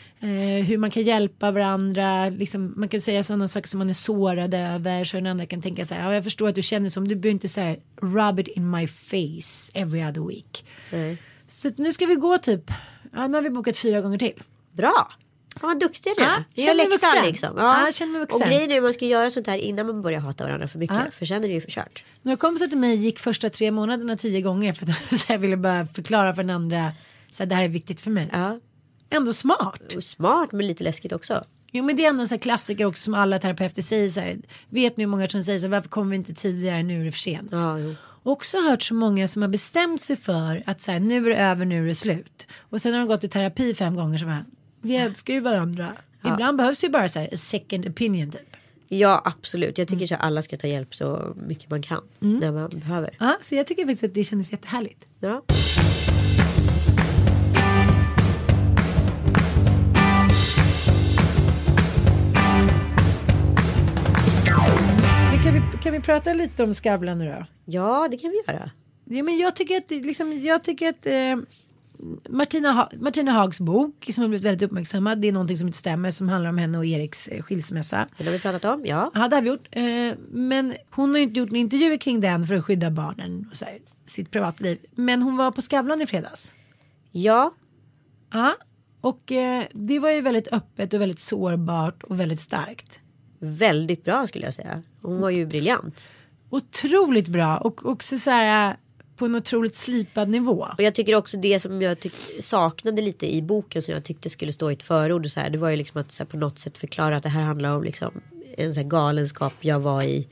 Eh, hur man kan hjälpa varandra. Liksom, man kan säga sådana saker som man är sårad över. Så den andra kan tänka så här. Ja, jag förstår att du känner som. Du behöver inte säga rub it in my face every other week. Mm. Så nu ska vi gå typ. Ja, nu har vi bokat fyra gånger till. Bra. Fan vad duktig du är. Ja, det är läxan liksom. Ja. Ja, känner mig vuxen. Och grejen är att man ska göra sånt här innan man börjar hata varandra för mycket. Ja. För sen är det ju förkört. Några kompisar till mig gick första tre månaderna tio gånger. För att jag ville bara förklara för den andra. Så här, det här är viktigt för mig. Ja. Ändå smart. Och smart men lite läskigt också. Jo men det är ändå en sån här klassiker också som alla terapeuter säger så här. Vet ni hur många som säger så här, varför kommer vi inte tidigare, nu är det för sent. Ja, jo. Också hört så många som har bestämt sig för att så här, nu är det över, nu är det slut. Och sen har de gått i terapi fem gånger som här. Vi älskar ju varandra. Ja. Ibland behövs ju bara så här a second opinion typ. Ja absolut, jag tycker mm. att alla ska ta hjälp så mycket man kan mm. när man behöver. Ja, så jag tycker faktiskt att det kändes jättehärligt. Ja. Kan vi, kan vi prata lite om Skavlan nu då? Ja, det kan vi göra. Ja, men jag tycker att, liksom, jag tycker att eh, Martina, ha- Martina Hags bok som har blivit väldigt uppmärksammad. Det är någonting som inte stämmer som handlar om henne och Eriks eh, skilsmässa. Det har vi pratat om, ja. Ja, det har vi gjort. Eh, men hon har ju inte gjort en intervju kring den för att skydda barnen och så här, sitt privatliv. Men hon var på Skavlan i fredags. Ja. Ja, och eh, det var ju väldigt öppet och väldigt sårbart och väldigt starkt. Väldigt bra skulle jag säga. Hon var ju briljant. Otroligt bra och också så här på en otroligt slipad nivå. Och jag tycker också det som jag tyck- saknade lite i boken som jag tyckte skulle stå i ett förord och så här, det var ju liksom att så här, på något sätt förklara att det här handlar om liksom en så här galenskap jag var i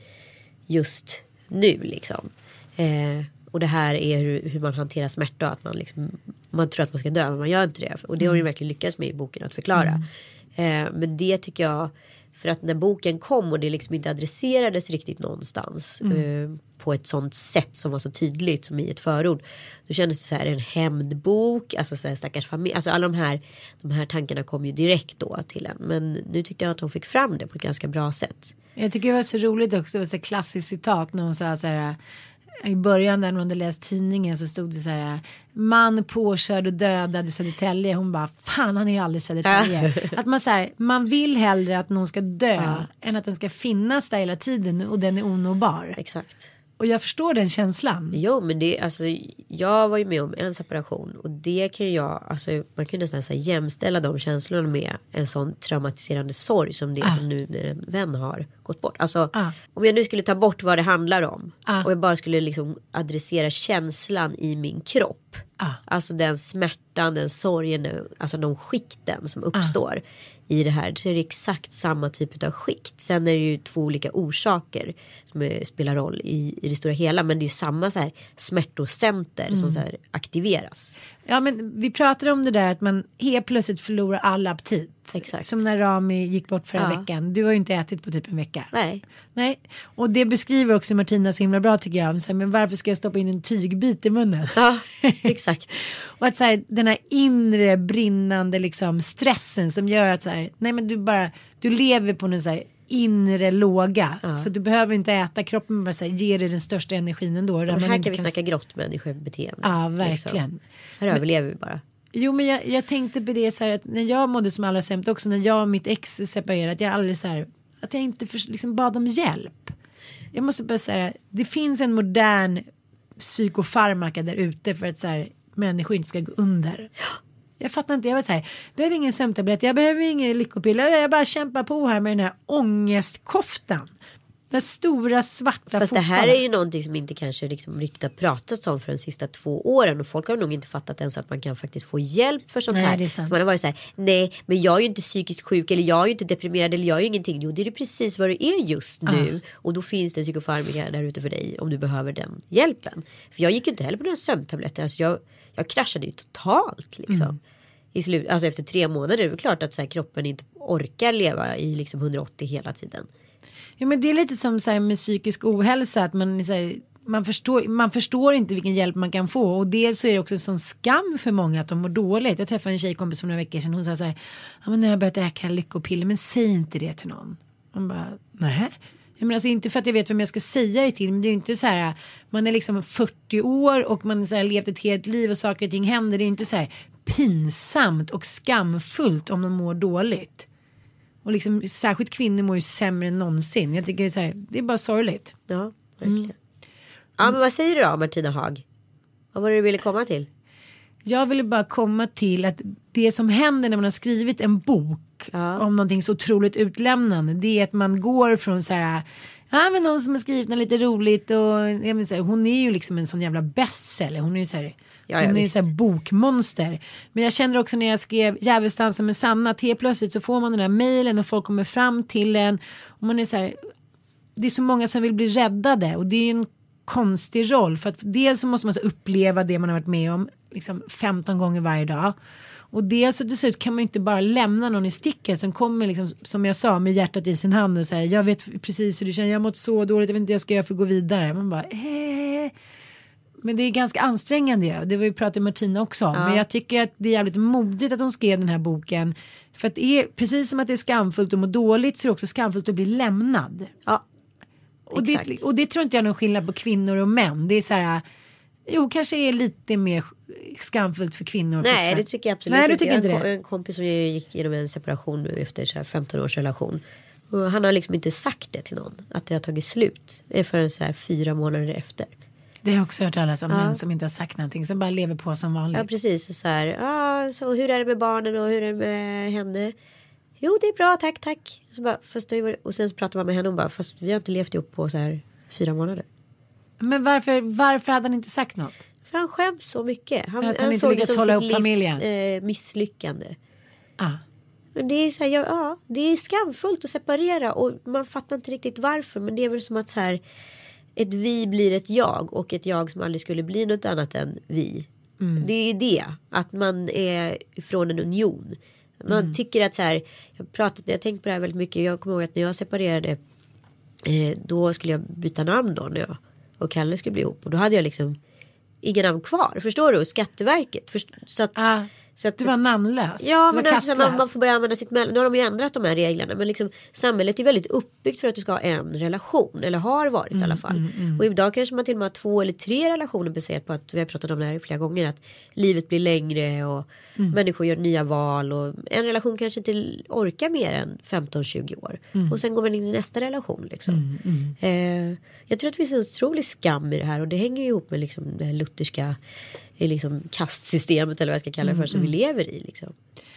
just nu liksom. Eh, och det här är hur, hur man hanterar smärta, att man liksom, man tror att man ska dö men man gör inte det. Och det har hon ju verkligen lyckats med i boken att förklara. Mm. Eh, men det tycker jag, för att när boken kom och det liksom inte adresserades riktigt någonstans mm. eh, på ett sånt sätt som var så tydligt som i ett förord. Då kändes det så här en hämndbok, alltså så här stackars familj. Alltså alla de här, de här tankarna kom ju direkt då till en. Men nu tyckte jag att hon fick fram det på ett ganska bra sätt. Jag tycker det var så roligt också, det var så klassiskt citat när hon sa så här. I början när hon hade läst tidningen så stod det så här: man påkörd och dödad i Södertälje. Hon bara, fan han är ju aldrig Södertälje. Att man säger, man vill hellre att någon ska dö ja. än att den ska finnas där hela tiden och den är onåbar. Exakt. Och jag förstår den känslan. Jo men det, alltså jag var ju med om en separation och det kan jag, alltså man kan nästan så här jämställa de känslorna med en sån traumatiserande sorg som det ah. som nu när en vän har gått bort. Alltså ah. om jag nu skulle ta bort vad det handlar om ah. och jag bara skulle liksom adressera känslan i min kropp. Ah. Alltså den smärtan, den sorgen, alltså de skikten som uppstår ah. i det här, så är det exakt samma typ av skikt. Sen är det ju två olika orsaker som är, spelar roll i, i det stora hela, men det är samma så här smärtocenter mm. som så här aktiveras. Ja men vi pratade om det där att man helt plötsligt förlorar all aptit. Exakt. Som när Rami gick bort förra ja. veckan. Du har ju inte ätit på typ en vecka. Nej. Nej. Och det beskriver också Martina så himla bra tycker jag. Så här, men varför ska jag stoppa in en tygbit i munnen? Ja, exakt. Och att så här, den här inre brinnande liksom stressen som gör att så här, nej men du bara, du lever på en så här inre låga. Ja. Så du behöver inte äta, kroppen bara så här, ger dig den största energin ändå. Och här man kan inte vi kan... snacka grottmänniskobeteende. Ja, verkligen. Liksom. Här men... överlever vi bara. Jo men jag, jag tänkte på det så här att när jag mådde som allra sämst också när jag och mitt ex separerat, jag aldrig så här, att jag inte för, liksom bad om hjälp. Jag måste bara säga, det finns en modern psykofarmaka där ute för att så här, människor inte ska gå under. Jag fattar inte, jag var så här, jag behöver ingen sömntablett, jag behöver ingen lyckopiller, jag bara kämpar på här med den här ångestkoftan. Den stora svarta Fast det här är ju någonting som inte kanske liksom riktigt har pratats om för de sista två åren. Och folk har nog inte fattat ens att man kan faktiskt få hjälp för sånt nej, här. Det är sant. Man har varit så här, nej men jag är ju inte psykiskt sjuk eller jag är ju inte deprimerad eller jag är ju ingenting. Jo det är precis vad det är just nu. Ah. Och då finns det en psykofarmika där ute för dig om du behöver den hjälpen. För jag gick ju inte heller på några sömntabletter. Alltså jag, jag kraschade ju totalt liksom. Mm. I slut, alltså efter tre månader är det klart att så här, kroppen inte orkar leva i liksom hundraåttio hela tiden. Ja, men det är lite som så här, med psykisk ohälsa att man, så här, man, förstår, man förstår inte vilken hjälp man kan få och dels så är det också en sån skam för många att de mår dåligt. Jag träffade en tjejkompis för några veckor sedan, hon sa så här, ja men nu har jag börjat äta lyckopiller men säg inte det till någon. Man bara, nej. Jag menar, alltså, inte för att jag vet vem jag ska säga det till, men det är ju inte så här, man är liksom fyrtio år och man har levt ett helt liv och saker och ting händer, det är inte så här pinsamt och skamfullt om de mår dåligt. Och liksom, särskilt kvinnor mår ju sämre än någonsin. Jag tycker det är så här, det är bara sorgligt. Ja, verkligen. Mm. Ja, men vad säger du då, Martina Haag? Vad var det du ville komma till? Jag ville bara komma till att det som händer när man har skrivit en bok ja. om någonting så otroligt utlämnande, det är att man går från så här, ja men någon som har skrivit något lite roligt och jag menar, så här, hon är ju liksom en sån jävla bestseller. Hon är ju så här, ja, hon är ju så här bokmonster. Men jag känner också när jag skrev Djävulsdansen med Sanna att helt plötsligt så får man den här mejlen och folk kommer fram till en och man är så här, det är så många som vill bli räddade och det är en konstig roll för att dels så måste man så uppleva det man har varit med om liksom femton gånger varje dag och dels så dessutom kan man inte bara lämna någon i sticket som kommer liksom, som jag sa, med hjärtat i sin hand och säger jag vet precis hur du känner, jag har mått så dåligt, jag vet inte vad jag ska göra för att gå vidare. Man bara eh. Men det är ganska ansträngande ju. Det var ju pratat med Martina också om. Ja. Men jag tycker att det är jävligt modigt att hon skrev den här boken. För att det är precis som att det är skamfullt att må dåligt så är det också skamfullt att bli lämnad. Ja. Och det, och det tror inte jag är någon skillnad på kvinnor och män. Det är så här, jo kanske är lite mer skamfullt för kvinnor. Nej, det tycker jag absolut Nej, inte. Jag inte har en kompis som gick igenom en separation nu efter så här femton års relation. Och han har liksom inte sagt det till någon. Att det har tagit slut. Förrän så här fyra månader efter. Det har jag också hört alla som ja. män som inte har sagt någonting. Som bara lever på som vanligt. Ja, precis. Och så här, ah, så hur är det med barnen och hur är det med henne? Jo, det är bra, tack, tack. Så bara, fast det var, och sen så pratar man med henne och bara, fast vi har inte levt ihop på så här fyra månader. Men varför, varför hade han inte sagt något? För han skäms så mycket. Han, han, han inte såg det som hålla sitt upp familjen. livs eh, misslyckande. Ah. Men det är så här, ja, ja, det är skamfullt att separera och man fattar inte riktigt varför. Men det är väl som att så här, ett vi blir ett jag och ett jag som aldrig skulle bli något annat än vi. Mm. Det är det, att man är från en union. Man mm. tycker att så här, jag pratat, jag har tänkt på det här väldigt mycket. Jag kommer ihåg att när jag separerade eh, då skulle jag byta namn då när jag och Kalle skulle bli ihop. Och då hade jag liksom ingen namn kvar, förstår du? Skatteverket. Först, så att, ah. Så att du var namnlös. Ja, du men alltså, man, man får börja använda sitt mellan. Nu har de ju ändrat de här reglerna. Men liksom, samhället är väldigt uppbyggt för att du ska ha en relation. Eller har varit mm, i alla fall. Mm, mm. Och idag kanske man till och med har två eller tre relationer baserat på att vi har pratat om det här flera gånger. Att livet blir längre och mm. människor gör nya val. Och en relation kanske inte orkar mer än femton tjugo år. Mm. Och sen går man in i nästa relation. Liksom. Mm, mm. Eh, jag tror att det finns en otrolig skam i det här. Och det hänger ju ihop med liksom, det lutherska i liksom kastsystemet eller vad jag ska kalla det för som mm. vi lever i liksom.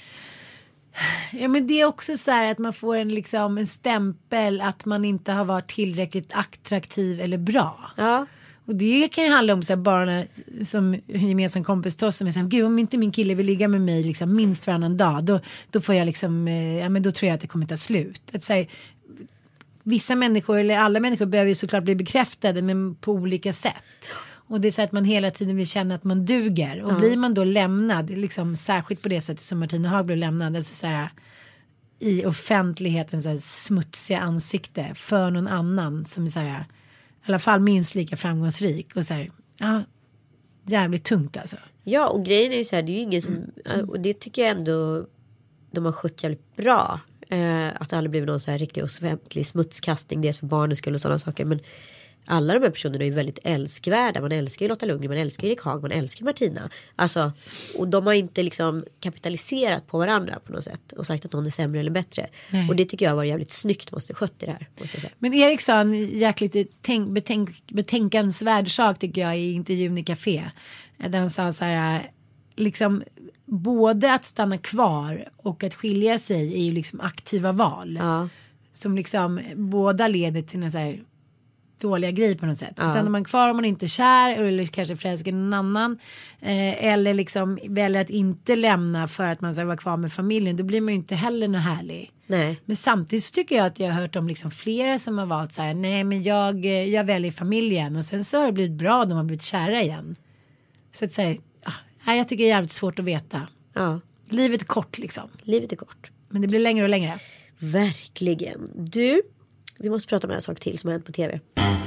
Ja, men det är också så här att man får en liksom en stämpel att man inte har varit tillräckligt attraktiv eller bra. Ja. Och det kan ju handla om så här barn som gemensam kompis till oss som är så här, gud om inte min kille vill ligga med mig liksom minst varannan dag då, då får jag liksom, ja men då tror jag att det kommer ta slut. Att så här, vissa människor eller alla människor behöver ju såklart bli bekräftade men på olika sätt. Och det är så att man hela tiden vill känna att man duger. Och ja. blir man då lämnad, liksom, särskilt på det sättet som Martina Haag blev lämnad, alltså så här, i offentlighetens så här, smutsiga ansikte för någon annan som är så här, i alla fall minst lika framgångsrik. Och så här, ja, jävligt tungt alltså. Ja, och grejen är ju så här, det är ju ingen som, mm. och det tycker jag ändå de har skött jävligt bra. Eh, att det aldrig blivit någon så här riktig offentlig smutskastning, dels för barnens skull och sådana saker, men alla de här personerna är ju väldigt älskvärda. Man älskar ju Lotta Lundgren, man älskar ju Erik Haag, man älskar ju Martina. Alltså, och de har inte liksom kapitaliserat på varandra på något sätt och sagt att någon är sämre eller bättre. Nej. Och det tycker jag var jävligt snyggt, måste skött i det här. Måste jag säga. Men Erik sa en jäkligt tänk, betänk, betänkansvärd sak tycker jag i intervjun i Café. Där han sa så här, liksom både att stanna kvar och att skilja sig är ju liksom aktiva val. Ja. Som liksom båda leder till en så här dåliga grej på något sätt. Ja. Stannar man kvar om man inte är kär eller kanske förälskar någon annan eh, eller liksom väljer att inte lämna för att man ska vara kvar med familjen, då blir man ju inte heller något härlig. Nej. Men samtidigt så tycker jag att jag har hört om liksom flera som har valt så här, nej men jag, jag väljer familjen och sen så har det blivit bra, de har blivit kära igen. Så att säga, ja, jag tycker det är jävligt svårt att veta. Ja. Livet är kort liksom. Livet är kort. Men det blir längre och längre. Verkligen. Du, vi måste prata om en sak till som har hänt på tv.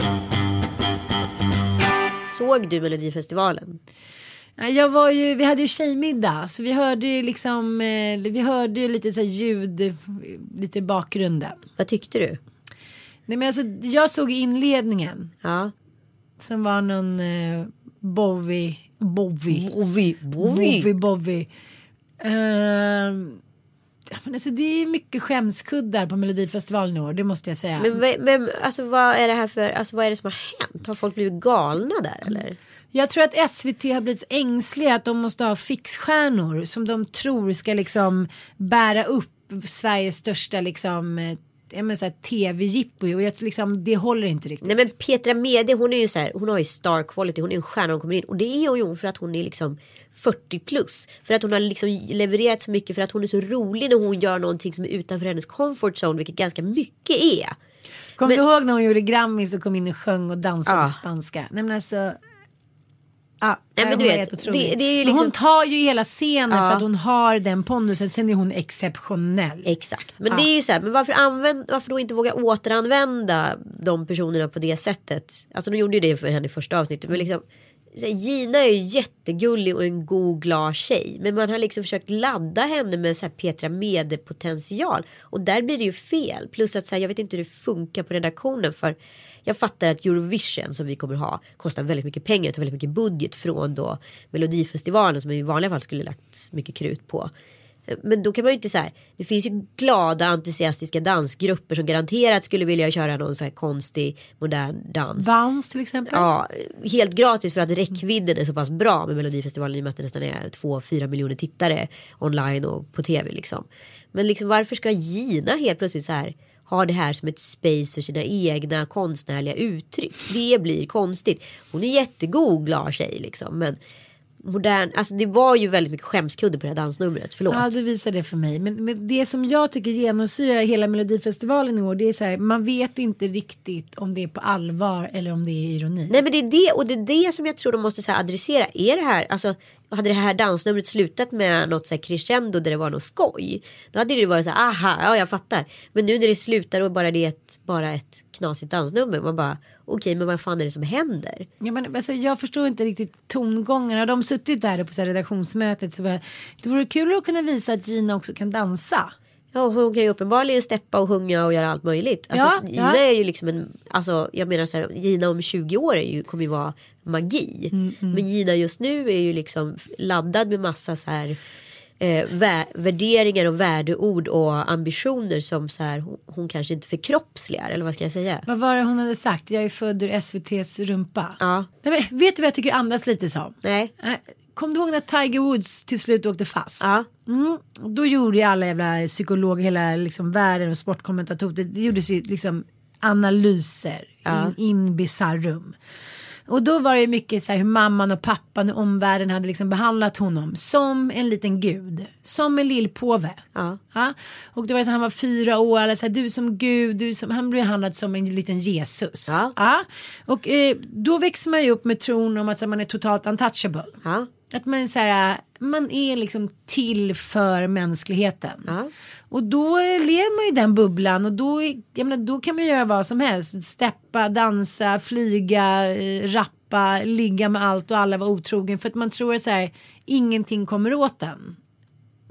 Såg du Melodifestivalen? Jag var ju, vi hade ju tjejmiddag så vi hörde ju liksom, vi hörde ju lite så här ljud, lite i bakgrunden. Vad tyckte du? Nej men alltså, jag såg inledningen. Ja. Som var någon eh, Bowie, Bowie, Bowie, Bowie, Bowie. Uh, men alltså, det är mycket skämskuddar på Melodifestivalen i år, det måste jag säga. Men, men alltså, vad är det här för, alltså, vad är det som har hänt? Har folk blivit galna där eller? Jag tror att S V T har blivit ängsliga att de måste ha fixstjärnor som de tror ska liksom bära upp Sveriges största liksom jag menar så här tv-jippo och jag liksom det håller inte riktigt. Nej men Petra Mede, hon är ju så här, hon har ju star quality, hon är en stjärna hon kommer in och det är ju för att hon är liksom fyrtio plus, för att hon har liksom levererat så mycket, för att hon är så rolig när hon gör någonting som är utanför hennes comfort zone, vilket ganska mycket är. Kommer men, du ihåg när hon gjorde Grammys och kom in och sjöng och dansade ja. på spanska? Nej men alltså ja, nej, men du vet, det, det är ju liksom... hon tar ju hela scenen ja. för att hon har den pondusen, sen är hon exceptionell. Exakt, men ja. det är ju så här, men varför, använd, varför då inte våga återanvända de personerna på det sättet? Alltså de gjorde ju det för henne i första avsnittet, men liksom så här, Gina är ju jättegullig och en god glad tjej, men man har liksom försökt ladda henne med så här Petra Mede-potential och där blir det ju fel, plus att så här, jag vet inte hur det funkar på redaktionen, för jag fattar att Eurovision som vi kommer ha kostar väldigt mycket pengar, tar väldigt mycket budget från då Melodifestivalen som i vanliga fall skulle lagt mycket krut på. Men då kan man ju inte så här, det finns ju glada entusiastiska dansgrupper som garanterat skulle vilja köra någon så här konstig modern dans. Bounce till exempel. Ja, helt gratis för att räckvidden är så pass bra med Melodifestivalen i och med att det nästan är två fyra miljoner tittare online och på tv liksom. Men liksom varför ska Gina helt plötsligt så här ha det här som ett space för sina egna konstnärliga uttryck? Det blir konstigt. Hon är jättegod, glad tjej liksom, men modern, alltså det var ju väldigt mycket skämskudde på det här dansnumret, förlåt. Ja, du visar det för mig. Men, men det som jag tycker genomsyrar hela Melodifestivalen i år, det är så här, man vet inte riktigt om det är på allvar eller om det är ironi. Nej men det är det, och det är det som jag tror de måste så här adressera. Är det här, alltså hade det här dansnumret slutat med något så här crescendo där det var något skoj, då hade det varit så här, aha, ja jag fattar. Men nu när det slutar och bara det är ett, bara ett knasigt dansnummer, man bara okej, okay, men vad fan är det som händer? Ja, men, alltså, jag förstår inte riktigt tongångarna. De suttit där på så här redaktionsmötet, så bara, det vore kul att kunna visa att Gina också kan dansa. Ja, hon kan ju uppenbarligen steppa och sjunga och göra allt möjligt. Alltså, ja, Gina ja. är ju liksom en, alltså jag menar så här, Gina om tjugo år är ju, kommer ju vara magi. Mm, mm. Men Gina just nu är ju liksom laddad med massa så här eh, vä- värderingar och värdeord och ambitioner som så här, hon, hon kanske inte förkroppsligar, eller vad ska jag säga? Vad var det hon hade sagt? Jag är född ur S V T:s rumpa. Ja. Nej, men, vet du vad jag tycker andas lite som? Nej. Kom du ihåg när Tiger Woods till slut åkte fast? Ja. Mm, då gjorde ju alla jävla psykologer, hela liksom världen och sportkommentatorer, det, det gjordes ju liksom analyser ja. in, in bizarrum. Och då var det mycket så här hur mamman och pappan och omvärlden hade liksom behandlat honom som en liten gud, som en lillpåve. Ja. Ja. Och det var så här, han var fyra år, alla så här, du som gud, du som, han blev behandlad som en liten Jesus. Ja. Ja. Och eh, då växer man ju upp med tron om att så här, man är totalt untouchable. Ja. Att man så här, man är liksom till för mänskligheten. Ja. Och då lever man ju den bubblan och då, jag menar, då kan man göra vad som helst. Steppa, dansa, flyga, rappa, ligga med allt och alla var otrogen. För att man tror att så här, ingenting kommer åt den.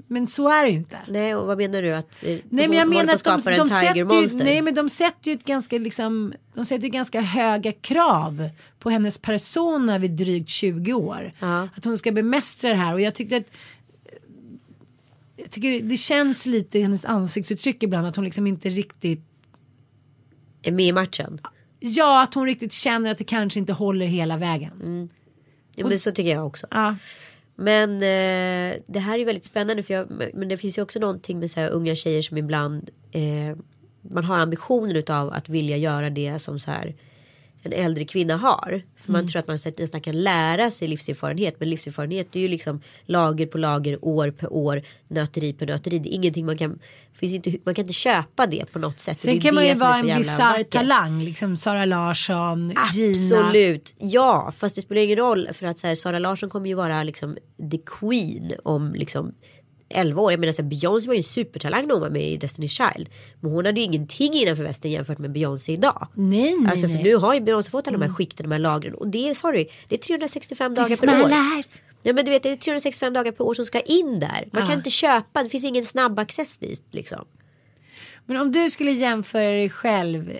men så är det ju inte. Nej, och vad menar du? Att nej, men jag menar att de, de, en sätter tigermonster? ju, nej, men de sätter ju ett ganska liksom, de sätter ju ganska höga krav på hennes persona vid drygt tjugo år. Ja. Att hon ska bemästra det här, och jag tyckte att jag tycker det känns lite i hennes ansiktsuttryck ibland att hon liksom inte riktigt är med i matchen. Ja, att hon riktigt känner att det kanske inte håller hela vägen. Mm. Ja, men så tycker jag också. Ja. Men eh, det här är väldigt spännande, för jag, men det finns ju också någonting med så här unga tjejer som ibland eh, man har ambitionen utav att vilja göra det som så här en äldre kvinna har. För man mm. tror att man nästan kan lära sig livserfarenhet. Men livserfarenhet är ju liksom lager på lager, år på år, nöteri på nöteri. Det är ingenting man kan, finns inte, man kan inte köpa det på något sätt. Sen det kan man ju vara en bizarr bizarr talang, liksom Sara Larsson, Absolut. Gina. Absolut, ja, fast det spelar ingen roll, för att så här, Sara Larsson kommer ju vara liksom the queen om liksom elva år. Jag menar så här, Beyoncé var ju en supertalang när hon var med i Destiny's Child. Men hon hade ju ingenting innanför västen jämfört med Beyoncé idag. Nej, nej, alltså för nej. nu har ju Beyoncé fått alla mm. de här skikten, de här lagren. Och det är, sorry, det är trehundrasextiofem dagar It's per år. Life. Ja, men du vet, det är trehundrasextiofem dagar per år som ska in där. Man ah. kan inte köpa, det finns ingen snabb access dit liksom. Men om du skulle jämföra dig själv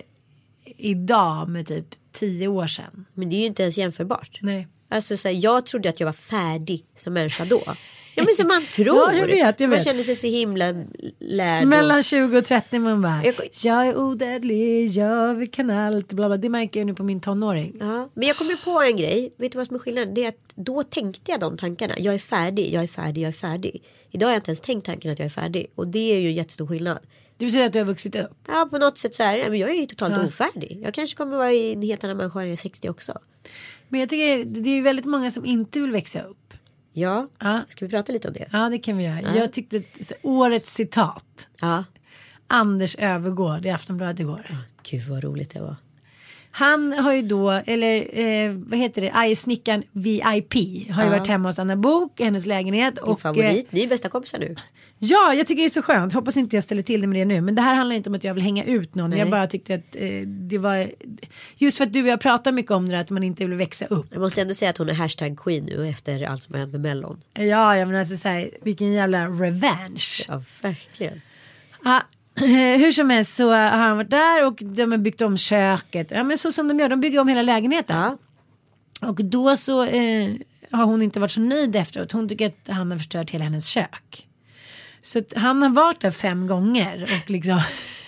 idag med typ tio år sedan. Men det är ju inte ens jämförbart. Nej. Alltså så här, jag trodde att jag var färdig som människa då. Ja, men som man tror. Ja, jag vet, jag man vet. känner sig så himla lärd. Mellan tjugo och trettio man bara. Jag, jag är odödlig, jag kan allt. Bla bla. Det märker jag nu på min tonåring. Ja, men jag kommer på en grej. Vet du vad som är skillnaden? Det är att då tänkte jag de tankarna. Jag är färdig, jag är färdig, jag är färdig. Idag har jag inte ens tänkt tanken att jag är färdig. Och det är ju en jättestor skillnad. Det betyder att du har vuxit upp? Ja, på något sätt så här. Men jag är ju totalt ja. ofärdig. Jag kanske kommer vara i en helt annan människa när jag är sextio också. Men jag tycker det är väldigt många som inte vill växa upp. Ja, ja. Ska vi prata lite om det? Ja, det kan vi göra. Ja. Jag tyckte årets citat. Ja. Anders Öfvergård i Aftonbladet igår. Oh, gud vad roligt det var. Han har ju då, eller eh, vad heter det, Arje Snickaren V I P har ju ja. varit hemma hos Anna Bok, hennes lägenhet. Din och favorit, ni är bästa kompisar nu. Ja, jag tycker det är så skönt. Hoppas inte jag ställer till det med det nu. Men det här handlar inte om att jag vill hänga ut någon. Nej. Jag bara tyckte att eh, det var, just för att du och jag pratar mycket om det, att man inte vill växa upp. Jag måste ändå säga att hon är hashtag queen nu efter allt som har hänt med Mellon. Ja, jag menar alltså så här, vilken jävla revenge. Ja, verkligen. Ja. Hur som helst så har han varit där och de har byggt om köket. Ja, men så som de gör, de bygger om hela lägenheten. Ja. Och då så eh, har hon inte varit så nöjd efteråt. Hon tycker att han har förstört hela hennes kök. Så att han har varit där fem gånger och liksom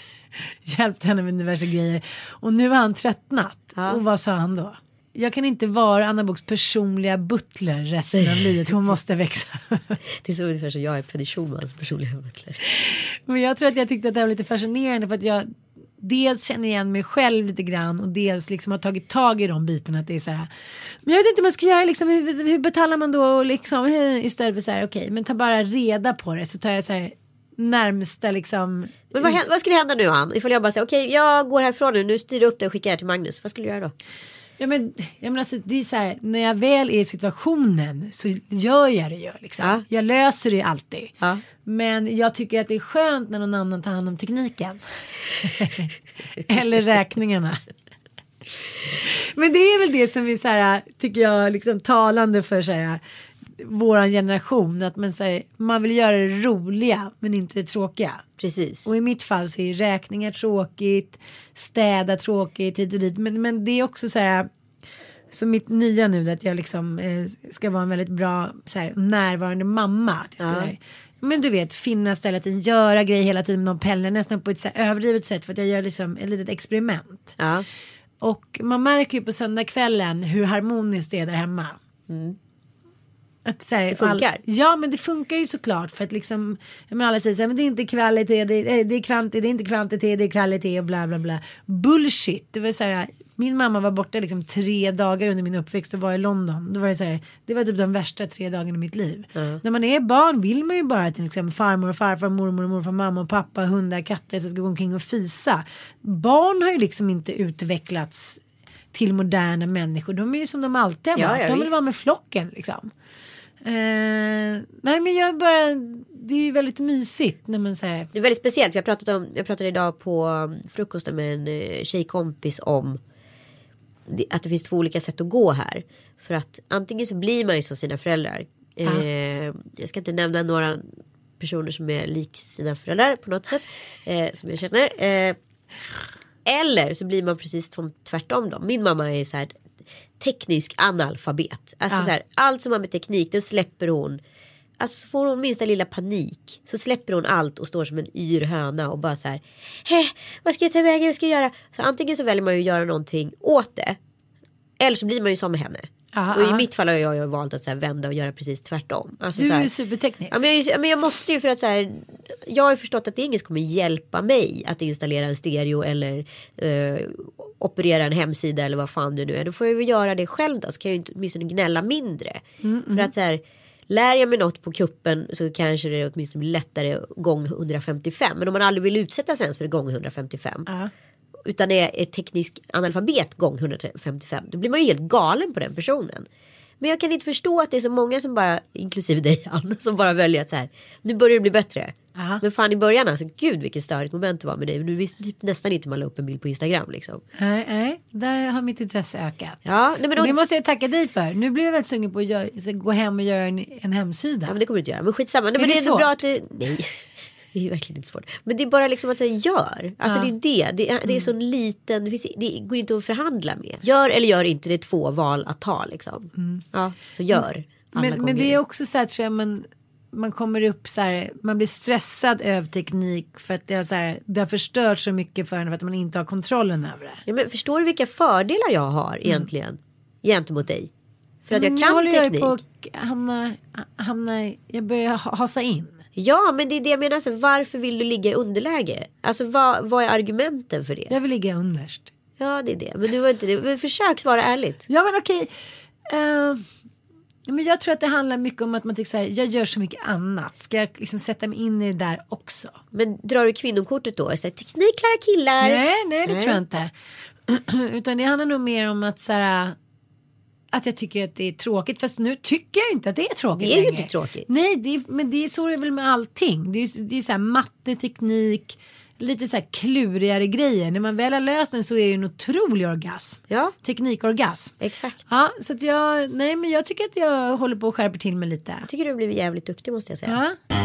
hjälpt henne med diverse grejer. Och nu har han tröttnat. Ja. Och vad sa han då? Jag kan inte vara Anna Boks personliga butler resten av livet. Hon måste växa. Det är så ungefär som jag är Penny Schulmans personliga butler. Men jag tror att jag tyckte att det var lite fascinerande, för att jag dels känner igen mig själv lite grann och dels liksom har tagit tag i de bitarna, att det är så här. Men jag vet inte vad man ska göra liksom, hur, hur betalar man då och liksom, istället för så här, okej, okay, men ta bara reda på det, så tar jag så här närmsta liksom. Men vad, vad skulle hända nu, Ann? Ifall jag bara säger okej, okay, jag går härifrån nu, nu styr upp det och skickar det till Magnus. Vad skulle du göra då? Ja, men, jag menar, alltså, det är så här, när jag väl är i situationen så gör jag det ju liksom. Ja. Jag löser det alltid. Ja. Men jag tycker att det är skönt när någon annan tar hand om tekniken. Eller räkningarna. Men det är väl det som är så här, tycker jag, liksom talande för så här, våran generation, att man, så här, man vill göra det roliga men inte det tråkiga. Precis. Och i mitt fall så är räkningar tråkigt, städa tråkigt hit och dit, men, men det är också så här, så mitt nya nu, att jag liksom eh, ska vara en väldigt bra så här, närvarande mamma, att jag ska, ja. Men du vet, finna stället, göra grejer hela tiden med de pellar, nästan på ett så här överdrivet sätt, för att jag gör liksom ett litet experiment. Ja. Och man märker ju på söndagskvällen hur harmoniskt det är där hemma. Mm. Att, så här, det funkar. All, ja, men det funkar ju såklart, för att liksom, jag menar, alla säger så här, men det är inte kvalitet, det är, det är kvantitet, det är inte kvantitet, det är kvalitet och bla bla bla. Bullshit. Det var så här, min mamma var borta liksom tre dagar under min uppväxt och var i London. Då var det så här, det var typ de värsta tre dagarna i mitt liv. Mm. När man är barn vill man ju bara till liksom farmor och farfar, mormor och morfar, mamma och pappa, hundar, katter, så ska gå omkring och fisa. Barn har ju liksom inte utvecklats till moderna människor. De är ju som de alltid har varit. Ja, ja, de vill visst. Vara med flocken liksom. Uh, nej, men jag bara, det är ju väldigt mysigt när man säger. Det är väldigt speciellt. Vi har pratat om, jag pratade idag på frukosten med en uh, tjejkompis om det, att det finns två olika sätt att gå här. För att antingen så blir man ju som sina föräldrar. Uh. Uh, jag ska inte nämna några personer som är lik sina föräldrar på något sätt. Eh, som jag känner. Eh, eller så blir man precis tvärtom då. Min mamma är så här teknisk analfabet. Alltså ja. så här, allt som har med teknik, det släpper hon. Alltså så får hon minsta lilla panik. Så släpper hon allt och står som en yr höna och bara så här. Hej, vad ska jag ta vägen, vad ska jag göra? Så antingen så väljer man ju att göra någonting åt det. Eller så blir man ju som med henne. Aha, och i aha. mitt fall har jag ju valt att så här vända och göra precis tvärtom. Alltså, du så här, är ju superteknisk. Ja, men, jag, men jag måste ju för att så här, jag har ju förstått att det ingen kommer hjälpa mig att installera en stereo eller eh, operera en hemsida eller vad fan det nu är. Då får jag ju göra det själv då, så kan jag ju inte åtminstone gnälla mindre. Mm, mm. För att så här, lär jag mig något på kuppen så kanske det åtminstone blir lättare gång hundrafemtiofem. Men om man aldrig vill utsätta sig ens för gång hundrafemtiofem. Uh. Utan är, är teknisk analfabet gång hundrafemtiofem. Då blir man ju helt galen på den personen. Men jag kan inte förstå att det är så många som bara, inklusive dig Anna, som bara väljer att så här, nu börjar det bli bättre. Aha. Men fan i början alltså, gud vilket störigt moment det var med dig. Du visste typ nästan inte man la upp en bild på Instagram liksom. Nej, nej, där har mitt intresse ökat. Ja, nej, men då... Det måste jag tacka dig för. Nu blir jag väldigt sugen på att göra, gå hem och göra en, en hemsida. Ja, men det kommer du inte göra. Men skitsamma. Nej, är men det det är svårt? bra att det... Nej. Det är ju verkligen inte svårt. Men det är bara liksom att jag gör. Alltså ja. det är det. Det är, det är så liten. Det, finns, det går inte att förhandla med. Gör eller gör inte. Det är två val att ta liksom. Mm. Ja, så gör. Alla men, men det är också så här, tror jag, man, man kommer upp så här. Man blir stressad över teknik. För att det har, så här, det har förstört så mycket för en. För att man inte har kontrollen över det. Ja, men förstår du vilka fördelar jag har egentligen? Mm. Gentemot dig? För att jag men kan håller teknik. Jag på hamna, hamna, jag börjar hasa in. Ja, men det är det jag menar. Så varför vill du ligga i underläge? Alltså vad, vad är argumenten för det? Jag vill ligga underst. Ja, det är det. Men du var inte det. Men försök svara ärligt. Ja, men okej. Uh, men jag tror att det handlar mycket om att man tycker så här, jag gör så mycket annat. Ska jag liksom sätta mig in i det där också? Men drar du kvinnokortet då? Så här, teknikklara killar? Nej, nej, det nej. tror jag inte. Utan det handlar nog mer om att så här... Att jag tycker att det är tråkigt. Fast nu tycker jag inte att det är tråkigt. Det är ju längre. inte tråkigt. Nej, det är, men det är så det är väl med allting. Det är, det är så här matte, teknik, lite så här klurigare grejer. När man väl har löst den så är det en otrolig orgasm. Ja. Teknikorgasm. Exakt. Ja, så att jag, nej men jag tycker att jag håller på att skärpa till mig lite. Jag tycker du har blivit jävligt duktig måste jag säga. Ja.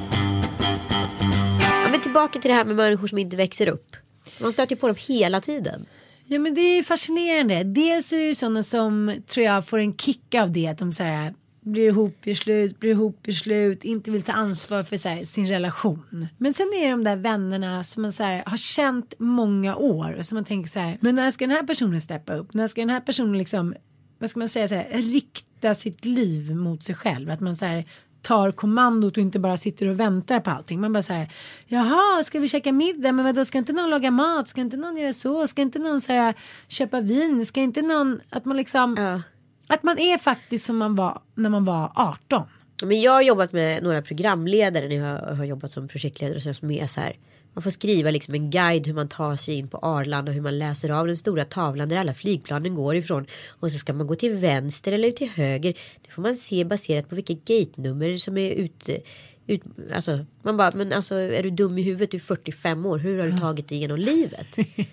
Ja, men tillbaka till det här med människor som inte växer upp. Man stöter på dem hela tiden. Ja, men det är fascinerande. Dels är det ju sådana som tror jag får en kick av det. Att de så här, blir ihop i slut, blir ihop i slut. Inte vill ta ansvar för så här, sin relation. Men sen är det de där vännerna som man så här, har känt många år. Och som man tänker så här, men när ska den här personen steppa upp? När ska den här personen liksom, vad ska man säga så här, rikta sitt liv mot sig själv? Att man så här... tar kommandot och inte bara sitter och väntar på allting. Man bara så här, jaha, ska vi käka middag? Men vadå, ska inte någon laga mat? Ska inte någon göra så? Ska inte någon så här, köpa vin? Ska inte någon, att man liksom, uh. att man är faktiskt som man var när man var arton. Men jag har jobbat med några programledare när jag har jobbat som projektledare och så som är så här. Man får skriva liksom en guide hur man tar sig in på Arlanda och hur man läser av den stora tavlan där alla flygplanen går ifrån. Och så ska man gå till vänster eller till höger. Det får man se baserat på vilket gate-nummer som är ute. Ut, alltså, man bara, men alltså är du dum i huvudet, du är fyrtiofem år. Hur har du tagit dig igenom livet?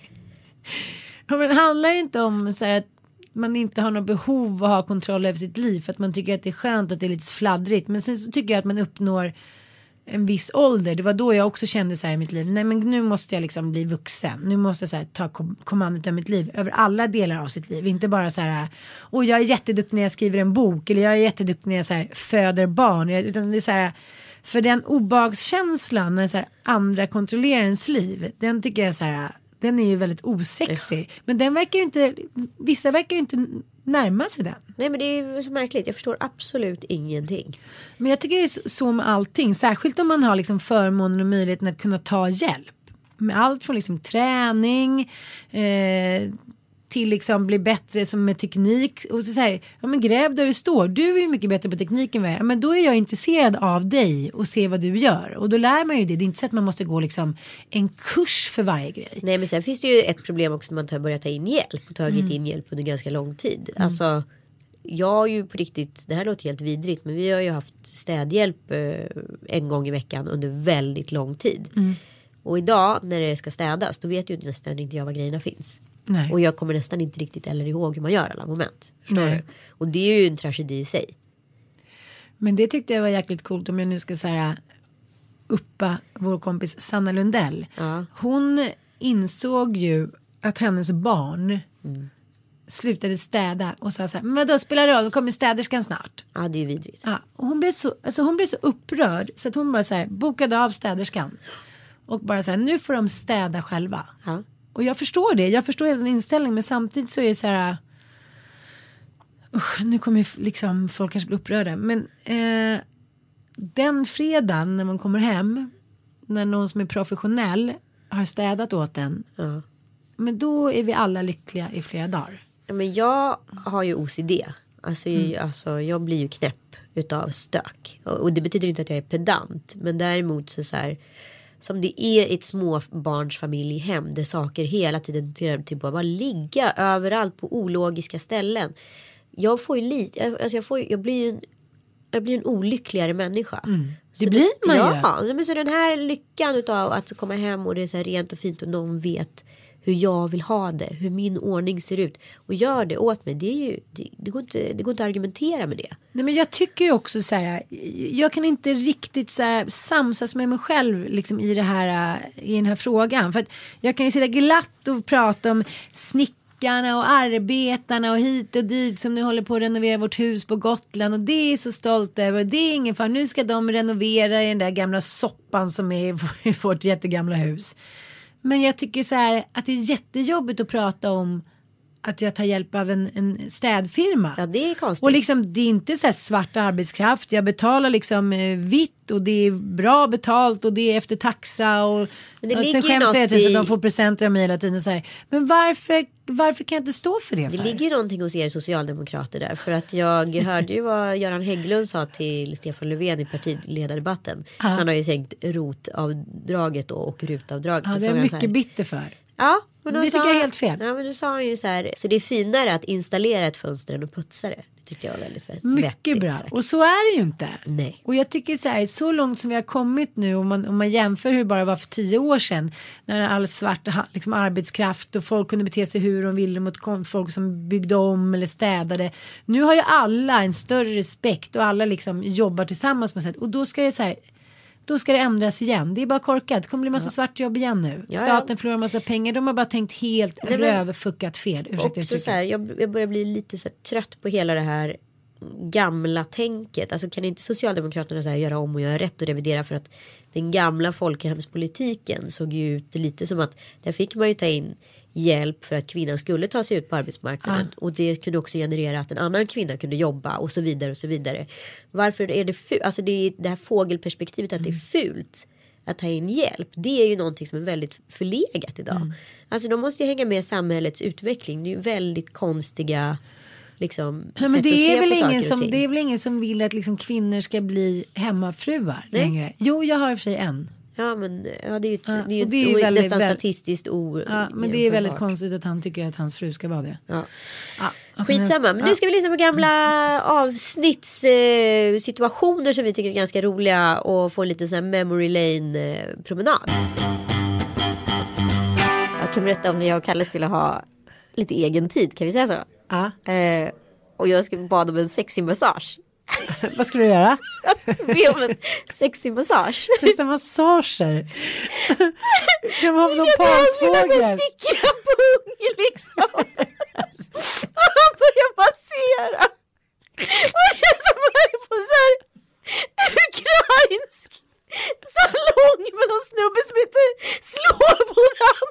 Ja, men det handlar inte om så här att man inte har något behov av att ha kontroll över sitt liv. För att man tycker att det är skönt att det är lite fladdrigt. Men sen så tycker jag att man uppnår en viss ålder. Det var då jag också kände så här i mitt liv. Nej, men nu måste jag liksom bli vuxen. Nu måste jag så här, ta kom- kommandot av mitt liv. Över alla delar av sitt liv. Inte bara så här. Och jag är jätteduktig när jag skriver en bok. Eller jag är jätteduktig när jag så här, föder barn. Utan det är så här. För den obehagskänslan när så här, andra kontrollerar ens liv. Den tycker jag så här. Den är ju väldigt osexig. Men den verkar ju inte. Vissa verkar ju inte närma sig den. Nej, men det är ju så märkligt. Jag förstår absolut ingenting. Men jag tycker det är så med allting. Särskilt om man har liksom förmånen och möjligheten att kunna ta hjälp. Med allt från liksom träning. Eh, till liksom bli bättre som med teknik. Och så säger, ja men gräv där du står. Du är ju mycket bättre på tekniken än jag. Men då är jag intresserad av dig och se vad du gör. Och då lär man ju det. Det är inte så att man måste gå liksom en kurs för varje grej. Nej, men sen finns det ju ett problem också när man tar, börjar ta in hjälp. Och tagit mm. in hjälp under ganska lång tid. Mm. Alltså, jag har ju på riktigt, det här låter helt vidrigt. Men vi har ju haft städhjälp eh, en gång i veckan under väldigt lång tid. Mm. Och idag när det ska städas, då vet ju nästan inte jag var grejerna finns. Nej. Och jag kommer nästan inte riktigt eller ihåg hur man gör alla moment. Förstår Nej. du? Och det är ju en tragedi i sig. Men det tyckte jag var jäkligt coolt om jag nu ska säga. uppa vår kompis Sanna Lundell. Ja. Hon insåg ju att hennes barn mm. slutade städa och sa så här, men vadå, spelar det roll, då kommer städerskan snart. Ja, det är ju vidrigt. Ja, och hon blev så, alltså hon blev så upprörd så att hon bara så här, bokade av städerskan. Och bara så här, nu får de städa själva. Ja. Och jag förstår det, jag förstår den inställningen, men samtidigt så är det så här, usch, nu kommer liksom folk kanske bli upprörda. Men eh, den fredagen när man kommer hem, när någon som är professionell har städat åt en, Ja. men då är vi alla lyckliga i flera dagar. Ja, men jag har ju O C D. Alltså, mm. jag, alltså jag blir ju knäpp utav stök. Och, och det betyder inte att jag är pedant. Men däremot så, så här, som det är ett småbarnsfamiljehem där saker hela tiden till, till bara ligga överallt på ologiska ställen. Jag får ju lite, alltså jag, får, jag blir ju en, jag blir en olyckligare människa. Mm. Det så blir man ja, ju. Ja, men så den här lyckan utav att komma hem och det är så här rent och fint och någon vet hur jag vill ha det, hur min ordning ser ut och gör det åt mig, det är ju det, det går inte det går inte att argumentera med det. Nej, men jag tycker också så här, jag kan inte riktigt så här samsas med mig själv liksom i det här i den här frågan, för att jag kan ju sitta glatt och prata om snickarna och arbetarna och hit och dit som nu håller på att renovera vårt hus på Gotland och det är så stolt över och det är ingen far, nu ska de renovera i den där gamla soppan som är i vårt jättegamla hus. Men jag tycker så här att det är jättejobbigt att prata om att jag tar hjälp av en, en städfirma. Ja, det är konstigt. Och liksom det är inte så här svart arbetskraft. Jag betalar liksom eh, vitt och det är bra betalt och det är efter taxa och, men det och sen skäms jag till i... så att de får presenter av mig hela tiden så här. Men varför, varför kan jag inte stå för det? Det för? ligger ju någonting hos er socialdemokrater där. För att jag hörde ju vad Göran Hägglund sa till Stefan Löfven i partiledardebatten. Ah. Han har ju sänkt rotavdraget och rutavdraget. Ja, det är mycket här, bitter för. Ja, men det sa, tycker jag är helt fel. Ja, men du sa ju så här, så det är finare att installera ett fönster än att putsa det. Det tyckte jag var väldigt vettigt. Mycket bra. Sagt. Och så är det ju inte. Nej. Och jag tycker så här, så långt som vi har kommit nu, om man, om man jämför hur det bara var för tio år sedan, när all svart liksom, arbetskraft och folk kunde bete sig hur de ville mot folk som byggde om eller städade. Nu har ju alla en större respekt och alla liksom jobbar tillsammans på sätt. Och då ska det så här, då ska det ändras igen. Det är bara korkat. Det kommer bli massa ja. svart jobb igen nu. Ja, Staten ja. förlorar massa pengar. De har bara tänkt helt Nej, rövfuckat fel. Ursäkta, också så här, jag, jag börjar bli lite så här, trött på hela det här gamla tänket. Alltså kan inte Socialdemokraterna så här, göra om och göra rätt och revidera, för att den gamla folkhemspolitiken såg ju ut lite som att där fick man ju ta in hjälp för att kvinnan skulle ta sig ut på arbetsmarknaden. Ja. Och det kunde också generera att en annan kvinna kunde jobba och så vidare och så vidare. Varför är det fult? Alltså det är det här fågelperspektivet att mm. det är fult att ta in hjälp. Det är ju någonting som är väldigt förlegat idag. Mm. Alltså de måste ju hänga med samhällets utveckling. Det är ju väldigt konstiga liksom, ja, men det är väl ingen som det är väl ingen som vill att liksom kvinnor ska bli hemmafruar längre. Jo, jag har i och för sig en. Ja, men ja, det är ju, ett, ja, det är ju det är ett, väldigt, nästan väldigt, statistiskt ord. Ja, men det är väldigt konstigt att han tycker att hans fru ska vara det. Ja. Ja, skitsamma, men ja. nu ska vi lyssna på gamla avsnittssituationer eh, som vi tycker är ganska roliga och få en liten sån här memory lane eh, promenad. Jag kan berätta om när jag och Kalle skulle ha lite egen tid, kan vi säga så? Ja. Eh, och jag skulle bada om en sexig massage. Vad ska du göra? Be om en sexig massage. Finns det massager? Kan man ha någon pansfågel? Sticka pung liksom. Och han börjar massera. Och det känns som att jag är på så här ukrainsk salong med någon snubbe som heter Slåbodan.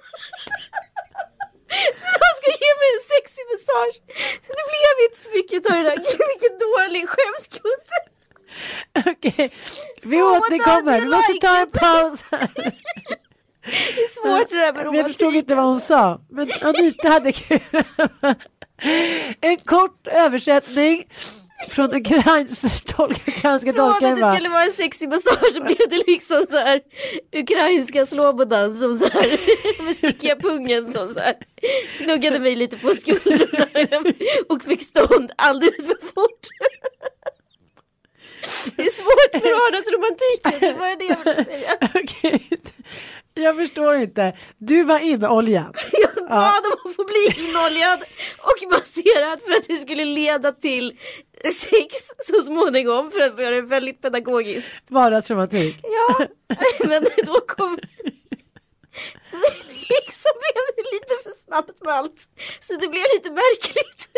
Han ska ge mig en sexig massage. Så det blev inte så mycket av det där. Gud, vilken dålig skämskudde. Okej, okay. Vi så återkommer. Vi måste ta en paus. Det är svårt det där med romantik. Jag förstod inte vad hon sa. Men Anita hade kul. En kort översättning från ukrainska tolkaren. Från att det skulle vara en sexig massage så blev det liksom så här ukrainska slåbodan som så här med stickiga pungen som så här knuggade mig lite på skulderna och fick stånd alldeles för fort. Det är svårt med vardagsromantiken, det var det jag ville säga. Okej, jag förstår inte. Du var inoljad. Jag bad ja. om att få bli inoljad och masserad för att det skulle leda till sex så småningom, för att göra det väldigt pedagogiskt. Vardagsromantik. Ja, Ja, men då kom... Då liksom blev det lite för snabbt med allt. Så det blev lite märkligt.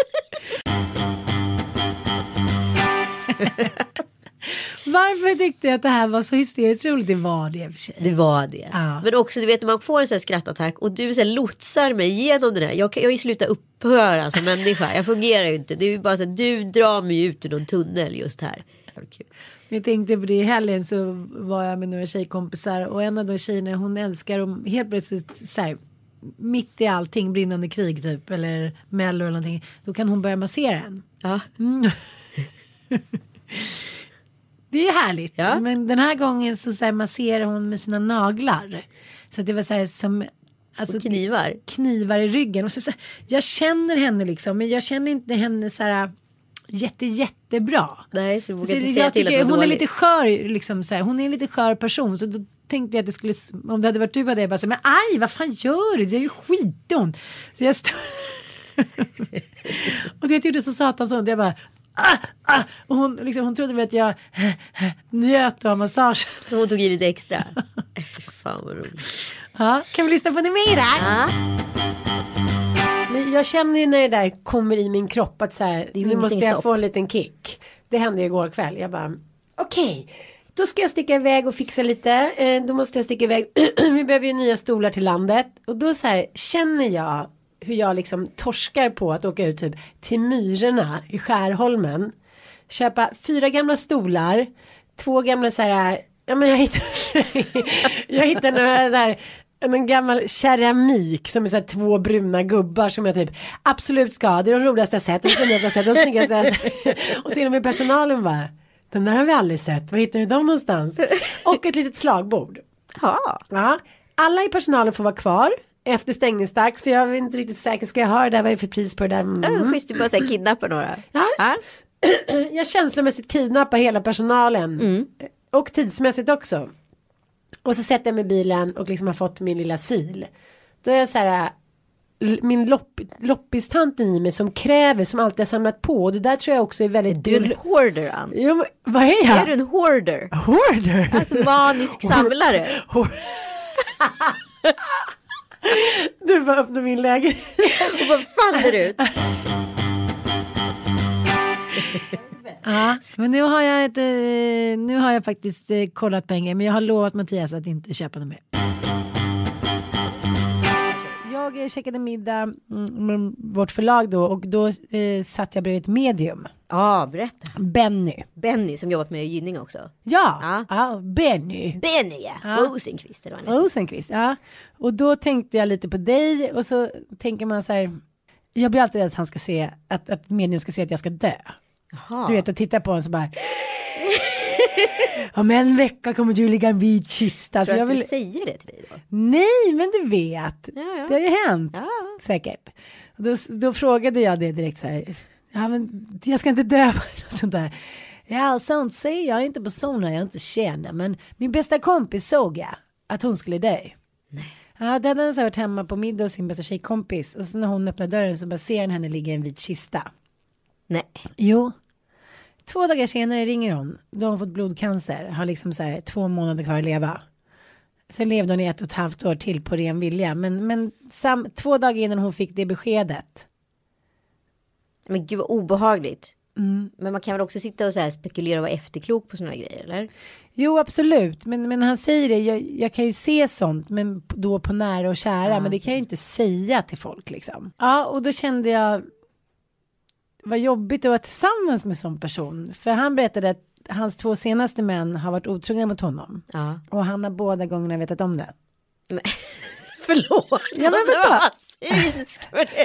Varför tyckte jag att det här var så hysteriskt roligt? Det var det i och för sig. Det var det. Ja. Men också, du vet, när man får en sån här skrattattack och du så här lotsar mig igenom den här. Jag kan jag har ju slutat upphöra som människa. Jag fungerar ju inte. Det är ju bara så att du drar mig ut ur någon tunnel just här. Kul. Jag tänkte på det i helgen, så var jag med några tjejkompisar och en av de tjejerna, hon älskar och helt plötsligt så här, mitt i allting, brinnande krig typ eller mello eller någonting, då kan hon börja massera en. Ja. Mm. Det är härligt. Ja. Men den här gången så, så här, masserar hon med sina naglar. Så att det var så här som alltså, knivar. Knivar i ryggen. Och så, så, jag känner henne liksom, men jag känner inte henne så här jätte jättebra. Nej, så, så inte jag säga till tycker, att hon dålig. är lite skör liksom så här, hon är en lite skör person, så då tänkte jag att det skulle, om det hade varit du hade jag bara så här, men aj, vad fan gör du? Det är ju skitont. Så jag stod och det gjorde så satans ont. Jag bara ah, ah. Och hon, liksom, hon trodde väl att jag njöt av massage. Så hon tog i lite extra. Fy fan vad roligt. Ja, kan vi lyssna på det mer där? Ja. Men jag känner ju när det där kommer i min kropp att så här, nu måste jag stopp. få en liten kick. Det hände ju igår kväll. Jag bara, okej, okay, då ska jag sticka iväg och fixa lite. Eh, då måste jag sticka iväg. Vi behöver ju nya stolar till landet. Och då så här känner jag hur jag liksom torskar på att åka ut typ till Myrorna i Skärholmen. Köpa fyra gamla stolar. Två gamla så här, ja men jag hittar, jag hittar några där, en gammal keramik som är så här två bruna gubbar som jag typ absolut ska. Det är de roligaste jag sett. De snyggaste jag sett. De snyggaste jag sett. Och till och med personalen bara, den där har vi aldrig sett. Var hittar vi dem någonstans? Och ett litet slagbord. Ja. Ja. Alla i personalen får vara kvar efter stängningsdags, för jag är inte riktigt säker. Ska jag höra det där? Vad är det för pris på det där? Mm. Ja, schysst, du bara säga kidnappa några. Ja. Ja. Jag känslomässigt kidnappar hela personalen. Mm. Och tidsmässigt också. Och så sätter jag mig i bilen och liksom har fått min lilla sil. Då är jag så här, min lopp, loppistanten i mig som kräver, som alltid har samlat på. Och det där tror jag också är väldigt... Du är en hoarder, Ann. Ja, men, vad är jag? Är du en hoarder? Hoarder? Alltså manisk samlare. Hor- Du bara öppnar min lägenhet. Och vad faller ut? Ja, men nu har jag ett, nu har jag faktiskt kollat pengar, men jag har lovat Mattias att inte köpa dem mer. Jag checkade middag med vårt förlag då, och då eh, satt jag bredvid ett medium. Ja, berätta. Benny. Benny som jobbat med Gynning också. Ja, ja. ja Benny. Benny, ja. Ja. Rosenqvist. Eller vad Rosenqvist, ja. Och då tänkte jag lite på dig, och så tänker man så här, jag blir alltid rädd att han ska se, att, att medium ska se att jag ska dö. Jaha. Du vet, att titta på honom så bara om en vecka kommer du ligga en vit kista. Så jag, jag vill vill säga det till dig då? Nej, men du vet. Ja, ja. Det har ju hänt. Ja. Säkert. Och då, då frågade jag det direkt så här. Ja, men jag ska inte dö och sånt där. Ja, sånt säger jag inte personer jag inte känner. Men min bästa kompis såg jag att hon skulle dö. Nej. Ja, den hade så varit hemma på middag hos sin bästa tjejkompis. Och så när hon öppnar dörren så bara ser henne ligga i en vit kista. Nej. Jo. Två dagar senare ringer hon. Då har hon fått blodcancer. Har liksom så här två månader kvar att leva. Sen levde hon i ett och ett halvt år till på ren vilja. Men, men sam, två dagar innan hon fick det beskedet. Men gud vad obehagligt. Mm. Men man kan väl också sitta och så här spekulera och vara efterklok på såna grejer, eller? Jo, absolut. Men, men han säger det. Jag, jag kan ju se sånt. Men då på nära och kära. Ja. Men det kan jag ju inte säga till folk liksom. Ja, och då kände jag... Vad jobbigt att vara tillsammans med sån person. För han berättade att hans två senaste män har varit otrogna mot honom. Ja. Och han har båda gångerna vetat om det. Men, förlåt. Ja, men vänta. Synsk för det.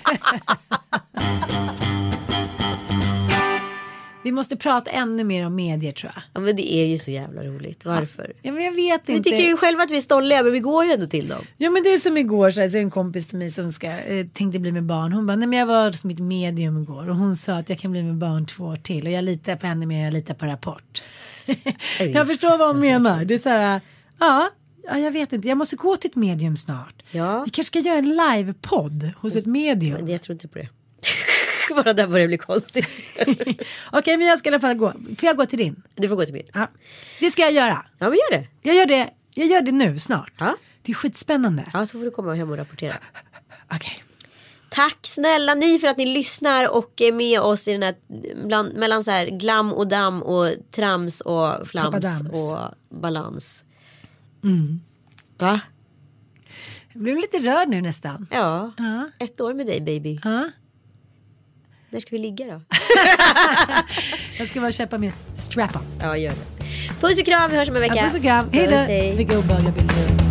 Vi måste prata ännu mer om medier, tror jag. Ja, men det är ju så jävla roligt. Varför? Ja, men jag vet Vi inte. tycker ju själva att vi är stolliga, men vi går ju ändå till dem. Ja, men det är som igår, så, här, så är en kompis till mig som ska, eh, tänkte bli med barn. Hon bara, nej men jag var som ett medium igår. Och hon sa att jag kan bli med barn två år till. Och jag litar på henne mer än jag litar på Rapport. Jag förstår vad hon menar. Det är så här, ja, ja, jag vet inte. Jag måste gå till ett medium snart. Ja. Vi kanske ska göra en livepodd hos ett medium. Men jag tror inte på det. Bara där börjar det bli konstigt. Okej, okay, men jag ska i alla fall gå. Får jag gå till din? Du får gå till min. Ja. Det ska jag göra. Ja, men gör det. Jag gör det, jag gör det nu snart. Ja. Det är skitspännande. Ja, så får du komma hem och rapportera. Okej. Okay. Tack snälla ni för att ni lyssnar och är med oss i den här bland, mellan så här glam och damm och trams och flams Papadams. Och balans. Mm. Va? Jag blev lite rörd nu nästan. Ja, ja. Ett år med dig baby. Ja. När ska vi ligga då? Jag ska bara köpa min strap-on. Ja, gör det. Puss och kram, vi hörs om en vecka. Ja, puss och kram, hej då. Vilka obehagliga bilder.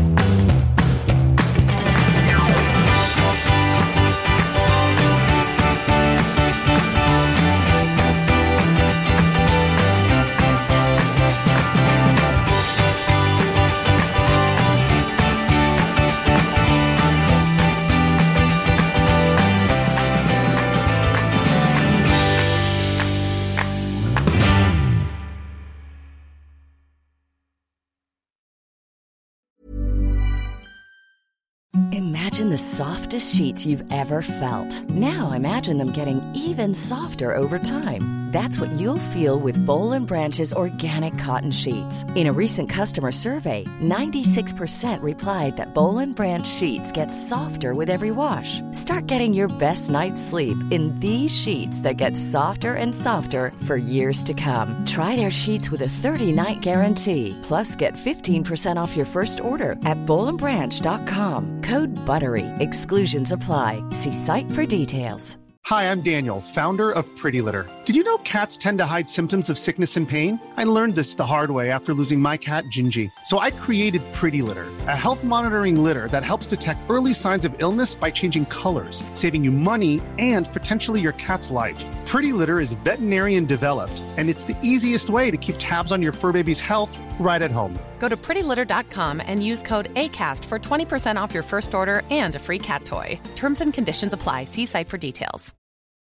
Imagine the softest sheets you've ever felt. Now imagine them getting even softer over time. That's what you'll feel with Boll and Branch's organic cotton sheets. In a recent customer survey, ninety-six percent replied that Boll and Branch sheets get softer with every wash. Start getting your best night's sleep in these sheets that get softer and softer for years to come. Try their sheets with a thirty-night guarantee. Plus, get fifteen percent off your first order at boll and branch dot com. Code BUTTERY. Exclusions apply. See site for details. Hi, I'm Daniel, founder of Pretty Litter. Did you know cats tend to hide symptoms of sickness and pain? I learned this the hard way after losing my cat, Gingy. So I created Pretty Litter, a health monitoring litter that helps detect early signs of illness by changing colors, saving you money and potentially your cat's life. Pretty Litter is veterinarian developed, and it's the easiest way to keep tabs on your fur baby's health right at home. Go to pretty litter dot com and use code ACAST for twenty percent off your first order and a free cat toy. Terms and conditions apply. See site for details.